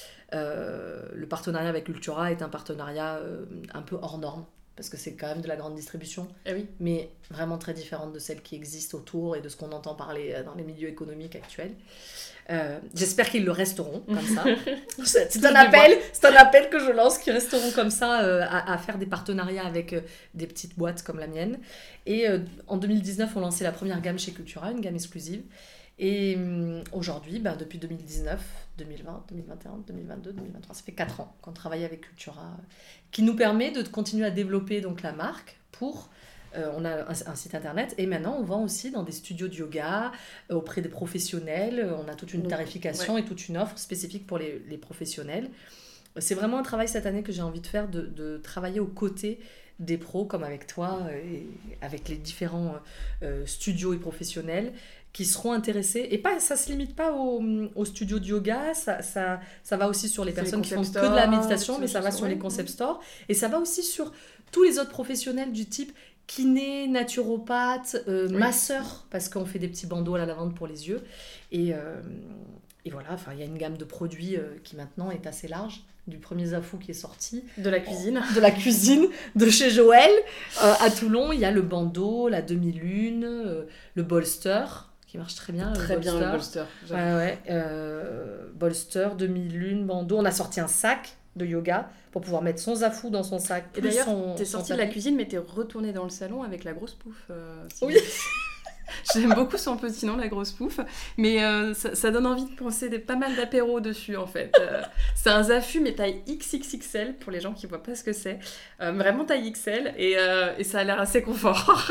Euh, le partenariat avec Cultura est un partenariat euh, un peu hors norme, parce que c'est quand même de la grande distribution, Eh oui. mais vraiment très différente de celle qui existe autour et de ce qu'on entend parler dans les milieux économiques actuels. Euh, j'espère qu'ils le resteront comme ça. C'est, c'est un appel, c'est un appel que je lance, qu'ils resteront comme ça euh, à, à faire des partenariats avec euh, des petites boîtes comme la mienne. Et euh, en deux mille dix-neuf, on lançait la première gamme chez Cultura, une gamme exclusive. Et euh, aujourd'hui, ben, depuis deux mille dix-neuf, deux mille vingt, deux mille vingt et un, deux mille vingt-deux, deux mille vingt-trois, ça fait quatre ans qu'on travaille avec Cultura, euh, qui nous permet de continuer à développer donc, la marque pour... Euh, on a un, un site internet et maintenant on vend aussi dans des studios de yoga euh, auprès des professionnels. On a toute une Donc, tarification ouais. et toute une offre spécifique pour les, les professionnels. C'est vraiment un travail cette année que j'ai envie de faire, de, de travailler aux côtés des pros comme avec toi et avec les différents euh, studios et professionnels qui seront intéressés. Et pas, ça ne se limite pas aux au studios de yoga, ça, ça, ça va aussi sur les C'est les personnes qui font concept que de la stores, méditation, ce mais ça va genre- sur ouais, les concept ouais. stores. Et ça va aussi sur tous les autres professionnels du type kiné, naturopathe, euh, Oui. masseur, parce qu'on fait des petits bandeaux à la lavande pour les yeux. Et, euh, et voilà, il y a une gamme de produits euh, qui maintenant est assez large. Du premier Zafou qui est sorti, De la cuisine. de la cuisine de chez Joël. Euh, à Toulon, il y a le bandeau, la demi-lune, euh, le bolster, qui marche très bien. Très le bien le bolster. j'avoue. Ouais, ouais. Euh, bolster, demi-lune, bandeau. On a sorti un sac de yoga pour pouvoir mettre son Zafou dans son sac. Et plus d'ailleurs, son- t'es son sortie de la tapis. cuisine, mais t'es retournée dans le salon avec la grosse pouffe. euh, si- Oui. J'aime beaucoup son petit nom, la grosse pouffe, mais euh, ça, ça donne envie de penser des, pas mal d'apéros dessus en fait. Euh, c'est un Zafu mais taille X X X L pour les gens qui voient pas ce que c'est. Euh, vraiment taille X L et, euh, et ça a l'air assez confort.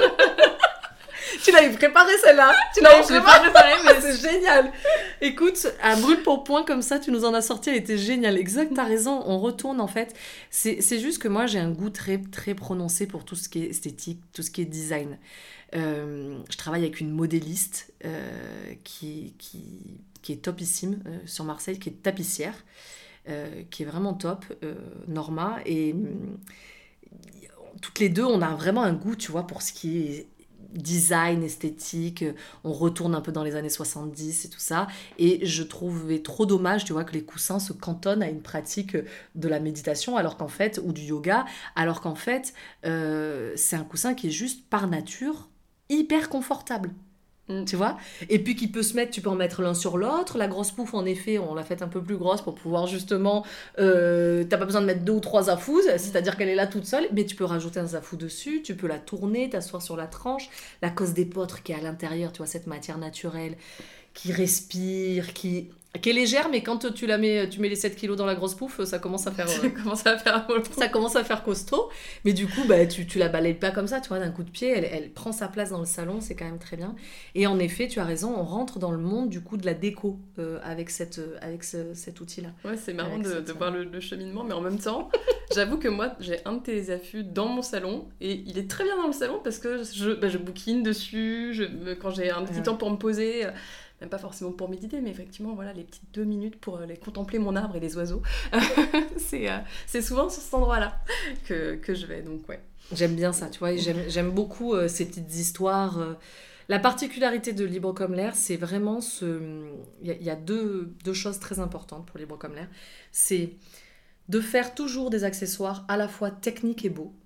Tu l'avais préparé celle-là. Tu Non, l'avais je l'ai préparé. pas préparé, mais C'est génial. Écoute, à brûle pour point comme ça, tu nous en as sorti, elle était géniale. Exact, t'as raison, on retourne en fait. C'est, c'est juste que moi, j'ai un goût très, très prononcé pour tout ce qui est esthétique, tout ce qui est design. Euh, je travaille avec une modéliste euh, qui, qui, qui est topissime euh, sur Marseille, qui est tapissière, euh, qui est vraiment top, euh, Norma. Et hum, toutes les deux, on a vraiment un goût, tu vois, pour ce qui est design, esthétique, on retourne un peu dans les années soixante-dix et tout ça, et je trouvais trop dommage, tu vois, que les coussins se cantonnent à une pratique de la méditation, alors qu'en fait, ou du yoga, alors qu'en fait, euh, c'est un coussin qui est juste par nature hyper confortable. Mm. Tu vois? Et puis qui peut se mettre, tu peux en mettre l'un sur l'autre. La grosse pouffe, en effet, on l'a faite un peu plus grosse pour pouvoir justement. Euh, t'as pas besoin de mettre deux ou trois zafous, c'est-à-dire qu'elle est là toute seule, mais tu peux rajouter un zafou dessus, tu peux la tourner, t'asseoir sur la tranche. La cause d'épeautre qui est à l'intérieur, tu vois, cette matière naturelle qui respire, qui. qui est légère, mais quand tu la mets, tu mets les sept kilos dans la grosse pouffe, ça commence à faire. ça euh, commence à faire un peu ça commence à faire costaud, mais du coup, bah, tu, tu la balayes pas comme ça, tu vois, d'un coup de pied, elle, elle prend sa place dans le salon, c'est quand même très bien. Et en effet, tu as raison, on rentre dans le monde du coup de la déco euh, avec, cette, euh, avec ce- cet outil-là. Ouais, c'est marrant Avec de, cette- de voir le, le cheminement, mais en même temps, j'avoue que moi, j'ai un de tes affûts dans mon salon, et il est très bien dans le salon parce que je, bah, je bouquine dessus, je, quand j'ai un petit Ouais. temps pour me poser, euh, même pas forcément pour méditer, mais effectivement, voilà, les petites deux minutes pour euh, les contempler mon arbre et les oiseaux, c'est, euh, c'est souvent sur cet endroit-là que, que je vais, donc ouais. J'aime bien ça, tu vois, et j'aime, j'aime beaucoup euh, ces petites histoires. euh. La particularité de Libre comme l'air, c'est vraiment ce... Il y a, il y a deux, deux choses très importantes pour Libre comme l'air. C'est de faire toujours des accessoires à la fois techniques et beaux.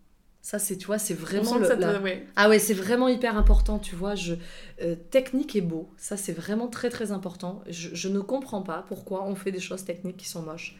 Ça, c'est, tu vois, c'est On vraiment... sent que le- ça te... la- ouais. Ah ouais, c'est vraiment hyper important, tu vois. Je, euh, technique et beau, ça c'est vraiment très très important. Je, je ne comprends pas pourquoi on fait des choses techniques qui sont moches.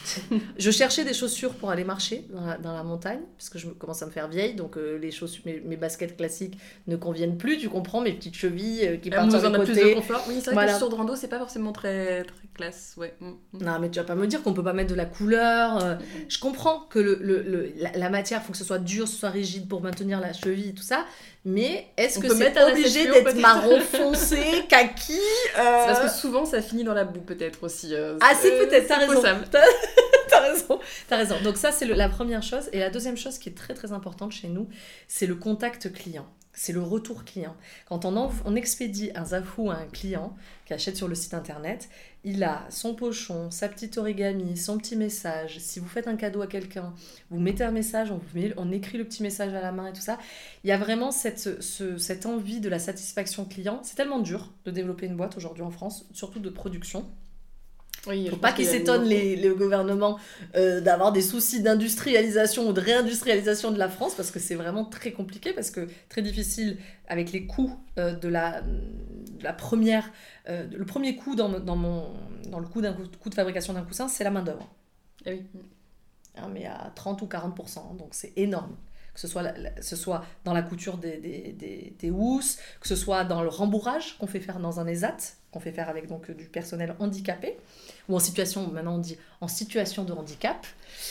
Je cherchais des chaussures pour aller marcher dans la, dans la montagne, parce que je me- commence à me faire vieille, donc euh, les chaussures, mes, mes baskets classiques ne conviennent plus, tu comprends, mes petites chevilles euh, qui Elle partent nous sur en les a plus de côtés. confort. Oui, c'est vrai Voilà. que les chaussures de rando, c'est pas forcément très, très classe. Ouais. Mm, mm. Non, mais tu vas pas me dire qu'on peut pas mettre de la couleur. euh, Je comprends que le, le, le- la, la matière, faut que ce soit dur, ce soit rigide pour maintenir la cheville et tout ça. Mais est-ce On que peut c'est mettre un obligé S F P O d'être peut-être. marron foncé, kaki euh, C'est parce que souvent, ça finit dans la boue, peut-être aussi. euh, Ah, c'est euh, peut-être, t'as c'est raison. possible. T'as t'as raison, t'as raison. Donc ça, c'est le- la première chose. Et la deuxième chose qui est très très importante chez nous, c'est le contact client. C'est le retour client. Quand on, env- on expédie un zafou à un client qui achète sur le site internet, il a son pochon, sa petite origami, son petit message. Si vous faites un cadeau à quelqu'un, vous mettez un message, on, vous met- on écrit le petit message à la main et tout ça. Il y a vraiment cette, ce- cette envie de la satisfaction client. C'est tellement dur de développer une boîte aujourd'hui en France, surtout de production. Oui, Faut je pas pense qu'ils qu'il y a s'étonnent, une- les, le gouvernement, euh, d'avoir des soucis d'industrialisation ou de réindustrialisation de la France, parce que c'est vraiment très compliqué, parce que très difficile avec les coûts euh, de, la, de la première... euh, le premier coût dans, dans, mon, dans le coût, d'un coût, coût de fabrication d'un coussin, c'est la main-d'œuvre. Ah oui. Hein, mais à trente ou quarante pour cent, donc c'est énorme. Que ce soit, la- la- ce soit dans la couture des, des, des, des housses, que ce soit dans le rembourrage qu'on fait faire dans un ESAT, qu'on fait faire avec donc, du personnel handicapé, ou en situation, maintenant on dit en situation de handicap.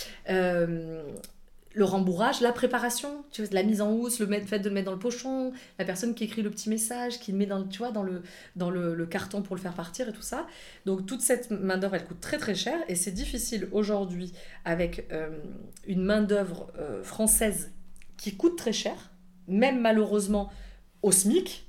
Euh, le rembourrage, la préparation, tu vois, la mise en housse, le met- fait de le mettre dans le pochon, la personne qui écrit le petit message, qui le met dans, le- tu vois, dans, le, dans le, le carton pour le faire partir et tout ça. Donc toute cette main-d'œuvre, elle coûte très très cher et c'est difficile aujourd'hui avec euh, une main-d'œuvre euh, française qui coûte très cher, même malheureusement au SMIC,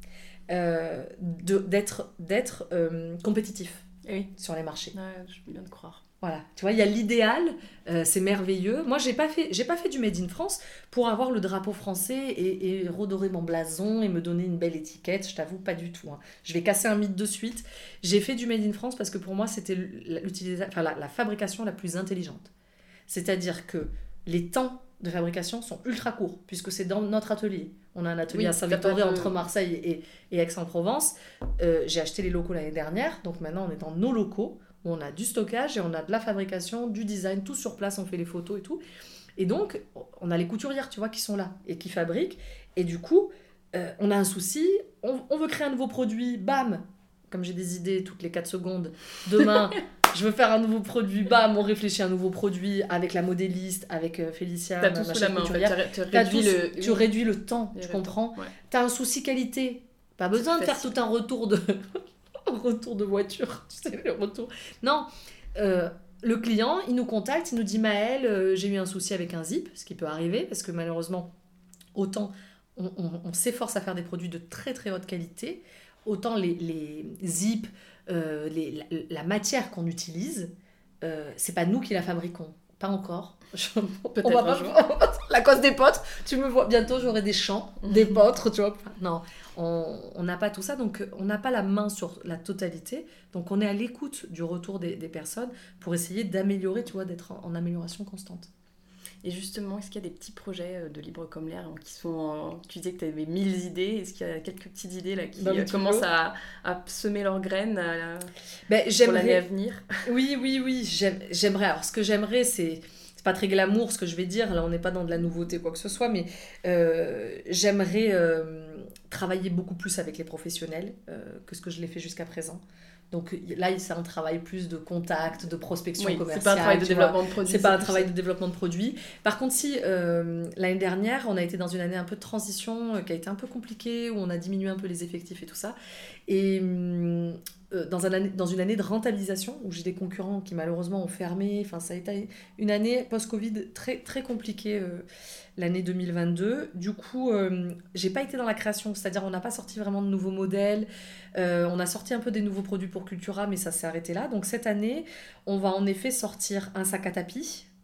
euh, de- d'être d'être euh, compétitif Ah oui. sur les marchés. Ouais, je peux bien te croire. Voilà, tu vois, il y a l'idéal, euh, c'est merveilleux. Moi, j'ai pas fait, j'ai pas fait du Made in France pour avoir le drapeau français et, et redorer mon blason et me donner une belle étiquette. Je t'avoue, pas du tout. Hein. Je vais casser un mythe de suite. J'ai fait du Made in France parce que pour moi, c'était l'utilisa- enfin, la, la fabrication la plus intelligente. C'est-à-dire que les temps de fabrication sont ultra courts puisque c'est dans notre atelier. On a un atelier Oui, à t'as Saint-Victoré pas de- entre Marseille et, et Aix-en-Provence. Euh, j'ai acheté les locaux l'année dernière, donc maintenant on est dans nos locaux où on a du stockage et on a de la fabrication, du design, tout sur place, on fait les photos et tout. Et donc, on a les couturières, tu vois, qui sont là et qui fabriquent. Et du coup, euh, on a un souci, on, on veut créer un nouveau produit, bam, comme j'ai des idées toutes les quatre secondes, demain, je veux faire un nouveau produit, bam, on réfléchit à un nouveau produit avec la modéliste, avec euh, Félicia, T'as ma- tout ma sous chef la main, en fait. couturière. Tu ré- tu T'as réduis tout le... sous- tu réduis le temps, Les tu réduis. comprends. Ouais. T'as un souci qualité, pas besoin de C'est faire facile. tout un retour de un retour de voiture, tu sais, le retour. Non, euh, le client, il nous contacte, il nous dit Maëlle, euh, j'ai eu un souci avec un zip, ce qui peut arriver parce que malheureusement, autant on, on- on s'efforce à faire des produits de très très haute qualité, autant les, les zips, euh, les- la, la matière qu'on utilise, euh, c'est pas nous qui la fabriquons, pas encore. Je- Peut-être on va un pas- jour. La cause des potes, tu me vois bientôt, j'aurai des champs, des potres, tu vois. Non, on on n'a pas tout ça, donc on n'a pas la main sur la totalité. Donc on est à l'écoute du retour des, des personnes pour essayer d'améliorer, tu vois, d'être en, en amélioration constante. Et justement, est-ce qu'il y a des petits projets euh, de Libre comme l'air hein, qui sont... en- Tu disais que tu avais mille idées. Est-ce qu'il y a quelques petites idées là, qui Dans le euh, tuyau. commencent à, à semer leurs graines euh, Ben, pour l'année à j'aimerais... venir? Oui, oui, oui, j'aime- j'aimerais. Alors, ce que j'aimerais, c'est. C'est pas très glamour ce que je vais dire, là on n'est pas dans de la nouveauté quoi que ce soit, mais euh, j'aimerais euh, travailler beaucoup plus avec les professionnels euh, que ce que je l'ai fait jusqu'à présent. Donc là, c'est un travail plus de contact, de prospection Oui, commerciale. c'est pas un travail de tu vois. développement de produits. C'est pas un plus travail ça. de développement de produits. Par contre, si euh, l'année dernière, on a été dans une année un peu de transition euh, qui a été un peu compliquée, où on a diminué un peu les effectifs et tout ça. Et hum, euh, dans, un année, dans une année de rentabilisation, où j'ai des concurrents qui malheureusement ont fermé, enfin, ça a été une année post-Covid très, très compliquée, euh, l'année deux mille vingt-deux. Du coup, euh, j'ai pas été dans la création, c'est-à-dire on n'a pas sorti vraiment de nouveaux modèles. Euh, on a sorti un peu des nouveaux produits pour Cultura, mais ça s'est arrêté là. Donc cette année, on va en effet sortir un sac à tapis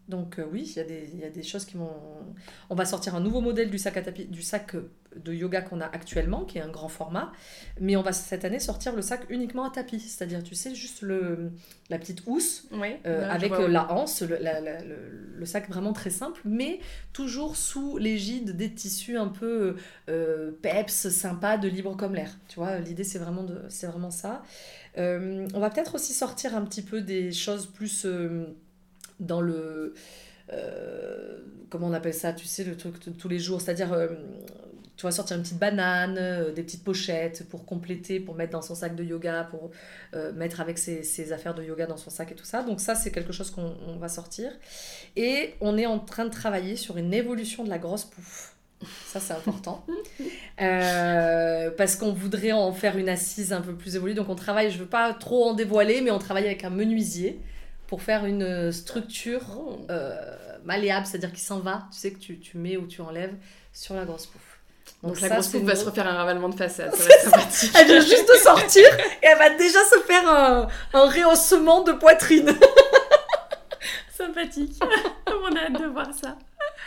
Donc euh, oui, il y, a des- il y a des choses qui vont... On va sortir un nouveau modèle du sac à tapis, du sac euh, de yoga qu'on a actuellement, qui est un grand format. Mais on va cette année sortir le sac uniquement à tapis. C'est-à-dire, tu sais, juste le, la petite housse Ouais, euh, là, je avec vois, euh, ouais. la anse, le, la- la- le, le sac vraiment très simple, mais toujours sous l'égide des tissus un peu euh, peps, sympa, de libre comme l'air. Tu vois, l'idée, c'est vraiment, de, c'est vraiment ça. Euh, on va peut-être aussi sortir un petit peu des choses plus... euh, dans le... euh, comment on appelle ça, tu sais, le truc de tous les jours, c'est-à-dire, euh, tu vas sortir une petite banane, euh, des petites pochettes pour compléter, pour mettre dans son sac de yoga, pour euh, mettre avec ses, ses affaires de yoga dans son sac et tout ça. Donc ça, c'est quelque chose qu'on on va sortir. Et on est en train de travailler sur une évolution de la grosse pouffe. Ça, c'est important. Euh, parce qu'on voudrait en faire une assise un peu plus évoluée. Donc on travaille, je ne veux pas trop en dévoiler, mais on travaille avec un menuisier pour faire une structure Oh. euh, malléable, c'est-à-dire qui s'en va, tu sais, que tu, tu mets ou tu enlèves sur la grosse pouffe. Donc, la ça, grosse c'est pouffe va une se autre- refaire un ravalement de façade, ça va être sympathique. Elle vient juste de sortir et elle va déjà se faire un, un rehaussement de poitrine. Sympathique. On a hâte de voir ça.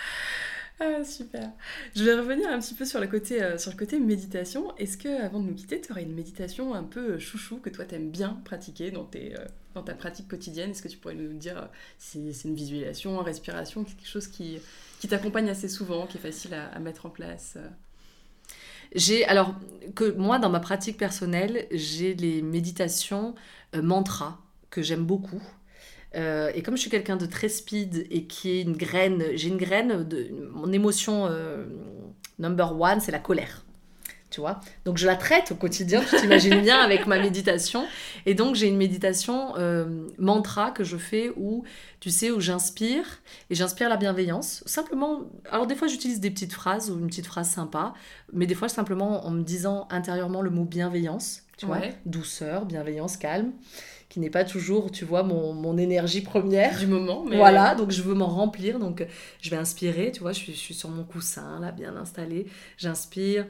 Ah, super. Je vais revenir un petit peu sur le côté, euh, sur le côté méditation. Est-ce que, avant de nous quitter, tu aurais une méditation un peu euh, chouchou que toi t'aimes bien pratiquer dans, tes, euh, dans ta pratique quotidienne? Est-ce que tu pourrais nous dire euh, si c'est une visualisation, une respiration, quelque chose qui, qui t'accompagne assez souvent, qui est facile à, à mettre en place euh J'ai, alors, que moi, dans ma pratique personnelle, j'ai les méditations euh, mantras que j'aime beaucoup. Euh, et comme je suis quelqu'un de très speed et qui est une graine, j'ai une graine, de, mon émotion euh, number one, c'est la colère. Tu vois, donc je la traite au quotidien, tu t'imagines bien avec ma méditation. Et donc j'ai une méditation euh, mantra que je fais où, tu sais, où j'inspire et j'inspire la bienveillance. Simplement, alors des fois j'utilise des petites phrases ou une petite phrase sympa, mais des fois simplement en me disant intérieurement le mot bienveillance, tu vois, Ouais. douceur, bienveillance, calme, qui n'est pas toujours, tu vois, mon, mon énergie première. Du moment, mais... Voilà, donc je veux m'en remplir, donc je vais inspirer, tu vois, je suis, je suis sur mon coussin, là, bien installée, j'inspire,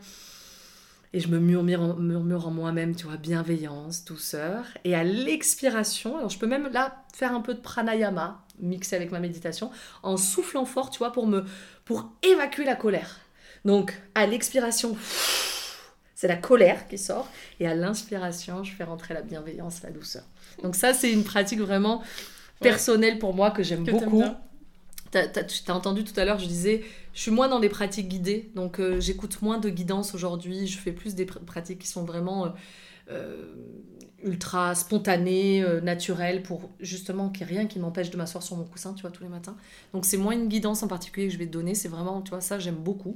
et je me murmure, murmure en moi-même, tu vois, bienveillance, douceur, et à l'expiration, alors je peux même là faire un peu de pranayama, mixé avec ma méditation, en soufflant fort, tu vois, pour, me, pour évacuer la colère. Donc, à l'expiration, c'est la colère qui sort, et à l'inspiration, je fais rentrer la bienveillance, la douceur. Donc ça, c'est une pratique vraiment personnelle pour moi que j'aime Que t'aimes beaucoup. bien. T'as, t'as, tu t'as entendu tout à l'heure, je disais, je suis moins dans des pratiques guidées, donc euh, j'écoute moins de guidance aujourd'hui, je fais plus des pr- pratiques qui sont vraiment euh, euh, ultra spontanées, euh, naturelles, pour justement qu'il n'y ait rien qui m'empêche de m'asseoir sur mon coussin, tu vois, tous les matins. Donc c'est moins une guidance en particulier que je vais te donner, c'est vraiment, tu vois, ça j'aime beaucoup.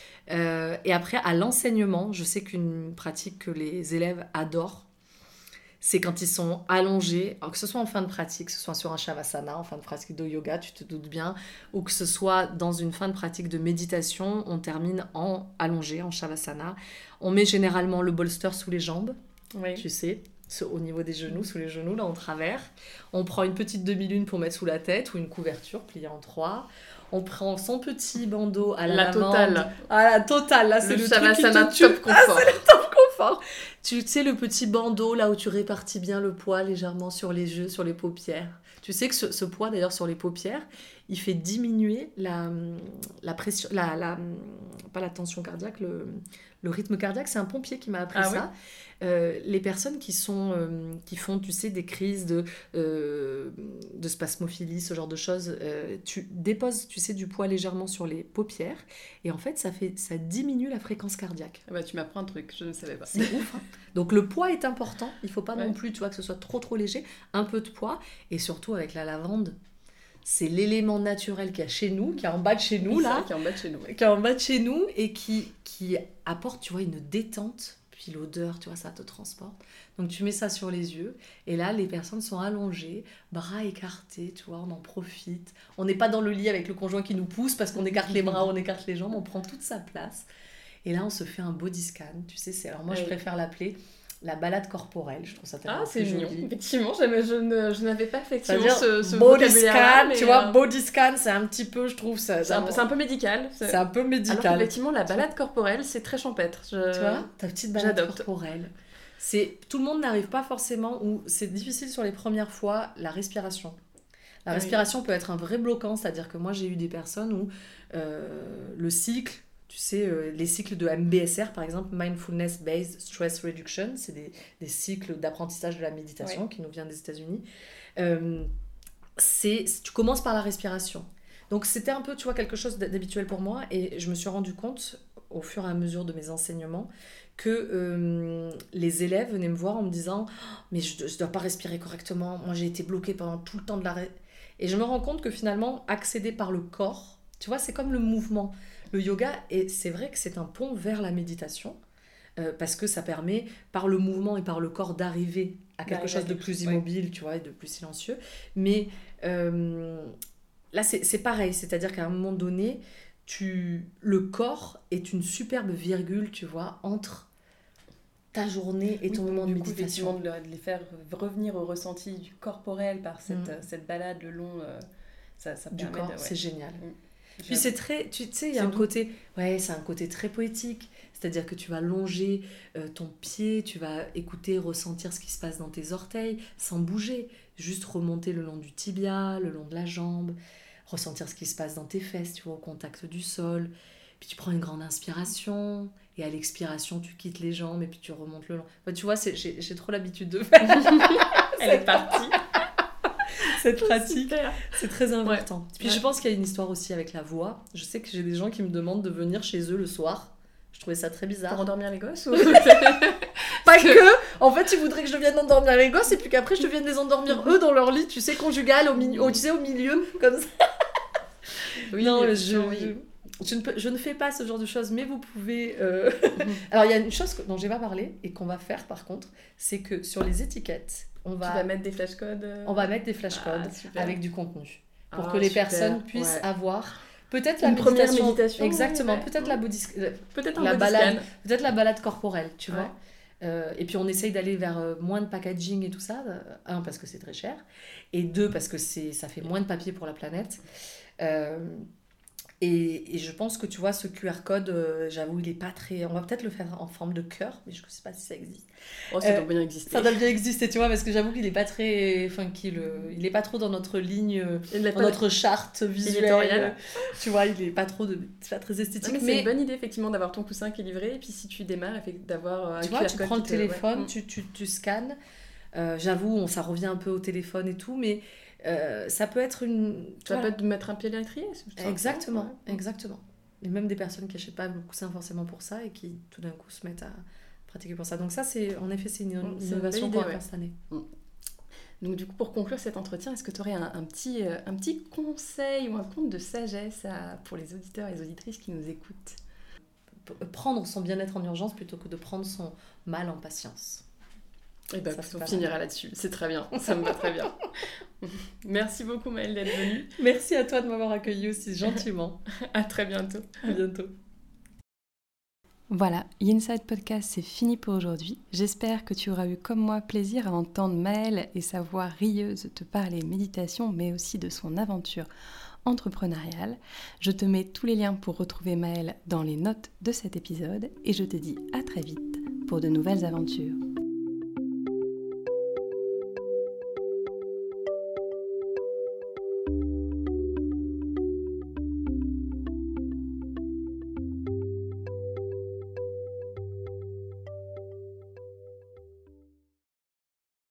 Euh, et après, à l'enseignement, je sais qu'une pratique que les élèves adorent, c'est quand ils sont allongés, alors que ce soit en fin de pratique, que ce soit sur un shavasana, en fin de pratique de yoga, tu te doutes bien, ou que ce soit dans une fin de pratique de méditation, on termine en allongé, en shavasana. On met généralement le bolster sous les jambes, Oui. tu sais, au niveau des genoux, sous les genoux, là en travers. On prend une petite demi-lune pour mettre sous la tête, ou une couverture pliée en trois. On prend son petit bandeau à la, La lavande. totale. Ah, la totale, là, c'est Le le, truc qui Shavasana te tue. top confort. Confort. Tu sais, le petit bandeau là où tu répartis bien le poids légèrement sur les yeux, sur les paupières. Tu sais que ce, ce poids d'ailleurs sur les paupières, il fait diminuer la, la pression, la, la, pas la tension cardiaque, le, le rythme cardiaque. C'est un pompier qui m'a appris Ah ça. Euh, les personnes qui, sont, euh, qui font, tu sais, des crises de, euh, de spasmophilie, ce genre de choses, euh, tu déposes, tu sais, du poids légèrement sur les paupières et en fait, ça, fait, ça diminue la fréquence cardiaque. Ah bah, tu m'apprends un truc, je ne savais pas. C'est ouf. Hein. Donc le poids est important. Il faut pas Ouais. non plus, tu vois, que ce soit trop trop léger. Un peu de poids et surtout avec la lavande. C'est l'élément naturel qu'il y a chez nous, qui est en bas de chez nous Oui, c'est là, vrai qu'il est en bas de chez nous. qui est en bas de chez nous et qui qui apporte, tu vois, une détente. Puis l'odeur, tu vois, ça te transporte. Donc tu mets ça sur les yeux et là les personnes sont allongées, bras écartés, tu vois, on en profite. On n'est pas dans le lit avec le conjoint qui nous pousse parce qu'on écarte les bras, on écarte les jambes, on prend toute sa place. Et là on se fait un body scan, tu sais, c'est alors moi je Oui. préfère l'appeler la balade corporelle, je trouve ça tellement Ah, c'est plus mignon. joli. Effectivement, j'aimais- je, ne- je n'avais pas effectivement C'est-à-dire ce, ce body vocabulaire-là, scan, mais, tu vois, euh, body scan, c'est un petit peu, je trouve ça. c'est un, peu- c'est un peu médical. C'est, c'est un peu alors médical. qu'effectivement, la balade corporelle, c'est très champêtre. Je... Tu vois, ta petite balade j'adopte. corporelle. C'est, tout le monde n'arrive pas forcément, ou c'est difficile sur les premières fois, la respiration. La respiration oui. peut être un vrai bloquant, c'est-à-dire que moi j'ai eu des personnes où euh, le cycle, tu sais, euh, les cycles de M B S R par exemple, Mindfulness Based Stress Reduction, c'est des, des cycles d'apprentissage de la méditation oui. qui nous viennent des États-Unis. Euh, c'est, tu commences par la respiration. Donc c'était un peu, tu vois, quelque chose d'habituel pour moi et je me suis rendu compte au fur et à mesure de mes enseignements que euh, les élèves venaient me voir en me disant oh, « mais je ne dois pas respirer correctement, moi j'ai été bloquée pendant tout le temps de la... Ré... » Et je me rends compte que finalement, accéder par le corps, tu vois, c'est comme le mouvement. Le yoga, et c'est vrai que c'est un pont vers la méditation, euh, parce que ça permet, par le mouvement et par le corps, d'arriver à quelque d'arriver chose à quelque de plus chose, immobile, ouais. tu vois, et de plus silencieux. Mais euh, là, c'est, c'est pareil, c'est-à-dire qu'à un moment donné, tu... le corps est une superbe virgule, tu vois, entre ta journée et ton oui, moment de méditation. Du coup, de les faire revenir au ressenti du corporel par cette, mmh. cette balade le long, euh, ça, ça du permet corps, de, ouais. c'est génial. Mmh. Puis c'est très, tu sais, il y a un doux. côté, ouais, c'est un côté très poétique. C'est-à-dire que tu vas longer euh, ton pied, tu vas écouter, ressentir ce qui se passe dans tes orteils, sans bouger, juste remonter le long du tibia, le long de la jambe, ressentir ce qui se passe dans tes fesses, tu vois, au contact du sol. Puis tu prends une grande inspiration, et à l'expiration, tu quittes les jambes, et puis tu remontes le long. Enfin, tu vois, c'est, j'ai, j'ai trop l'habitude de faire. Elle est partie. Cette pratique, Super. C'est très important. Ouais. Puis ouais. je pense qu'il y a une histoire aussi avec la voix. Je sais que j'ai des gens qui me demandent de venir chez eux le soir. Je trouvais ça très bizarre. Pour endormir les gosses ou... Pas que. En fait, ils voudraient que je vienne endormir les gosses et puis qu'après, je te vienne les endormir eux dans leur lit, tu sais, conjugal, au, mi- au, tu sais, au milieu, comme ça. Oui, non, je, je, je, je, ne peux, je ne fais pas ce genre de choses, mais vous pouvez... Euh... Alors, il y a une chose dont je n'ai pas parlé et qu'on va faire, par contre, c'est que sur les étiquettes, on va... Tu vas mettre des flashcodes euh... On va mettre des flashcodes ah, avec du contenu pour ah, que les super. personnes puissent ouais. avoir... Peut-être une la première méditation, méditation. Exactement, ouais, peut-être ouais. la body, peut-être la un balade, scan. peut-être la balade corporelle, tu ouais. vois. Euh, et puis on essaye d'aller vers euh, moins de packaging et tout ça. Euh, un, parce que c'est très cher. Et deux, parce que c'est, ça fait moins de papier pour la planète. Euh, et, et je pense que tu vois, ce Q R code, euh, j'avoue, il est pas très... On va peut-être le faire en forme de cœur, mais je ne sais pas si ça existe. Oh, ça euh, doit bien exister. Ça doit bien exister, tu vois, parce que j'avoue qu'il n'est pas très funky. Le... Il n'est pas trop dans notre ligne, dans pas... notre charte visuelle. Tu vois, il n'est pas trop de... c'est pas très esthétique. Non, mais, mais c'est une bonne idée, effectivement, d'avoir ton coussin qui est livré. Et puis si tu démarres, d'avoir un tu Q R vois, code. Tu prends le te... téléphone, ouais. tu, tu, tu scannes. Euh, j'avoue, on, ça revient un peu au téléphone et tout, mais euh, ça peut être une... Ça peut être de mettre un pied à l'étrier. Exactement, ouais. exactement. Et même des personnes qui n'achètent pas le coussin forcément pour ça et qui, tout d'un coup, se mettent à pratiquer pour ça. Donc ça, c'est, en effet, c'est une, une c'est innovation une qu'on va ouais. faire cette année. Mm. Donc du coup, pour conclure cet entretien, est-ce que tu aurais un, un, petit, euh, un petit conseil ou un conte de sagesse à, pour les auditeurs et les auditrices qui nous écoutent ? Prendre son bien-être en urgence plutôt que de prendre son mal en patience. Et ben, ça, on finira mal. Là-dessus. C'est très bien, ça me va très bien. Merci beaucoup Maëlle d'être venue. Merci à toi de m'avoir accueillie aussi gentiment. À très bientôt. À bientôt. Voilà, Inside Podcast, c'est fini pour aujourd'hui. J'espère que tu auras eu comme moi plaisir à entendre Maëlle et sa voix rieuse te parler méditation, mais aussi de son aventure entrepreneuriale. Je te mets tous les liens pour retrouver Maëlle dans les notes de cet épisode et je te dis à très vite pour de nouvelles aventures.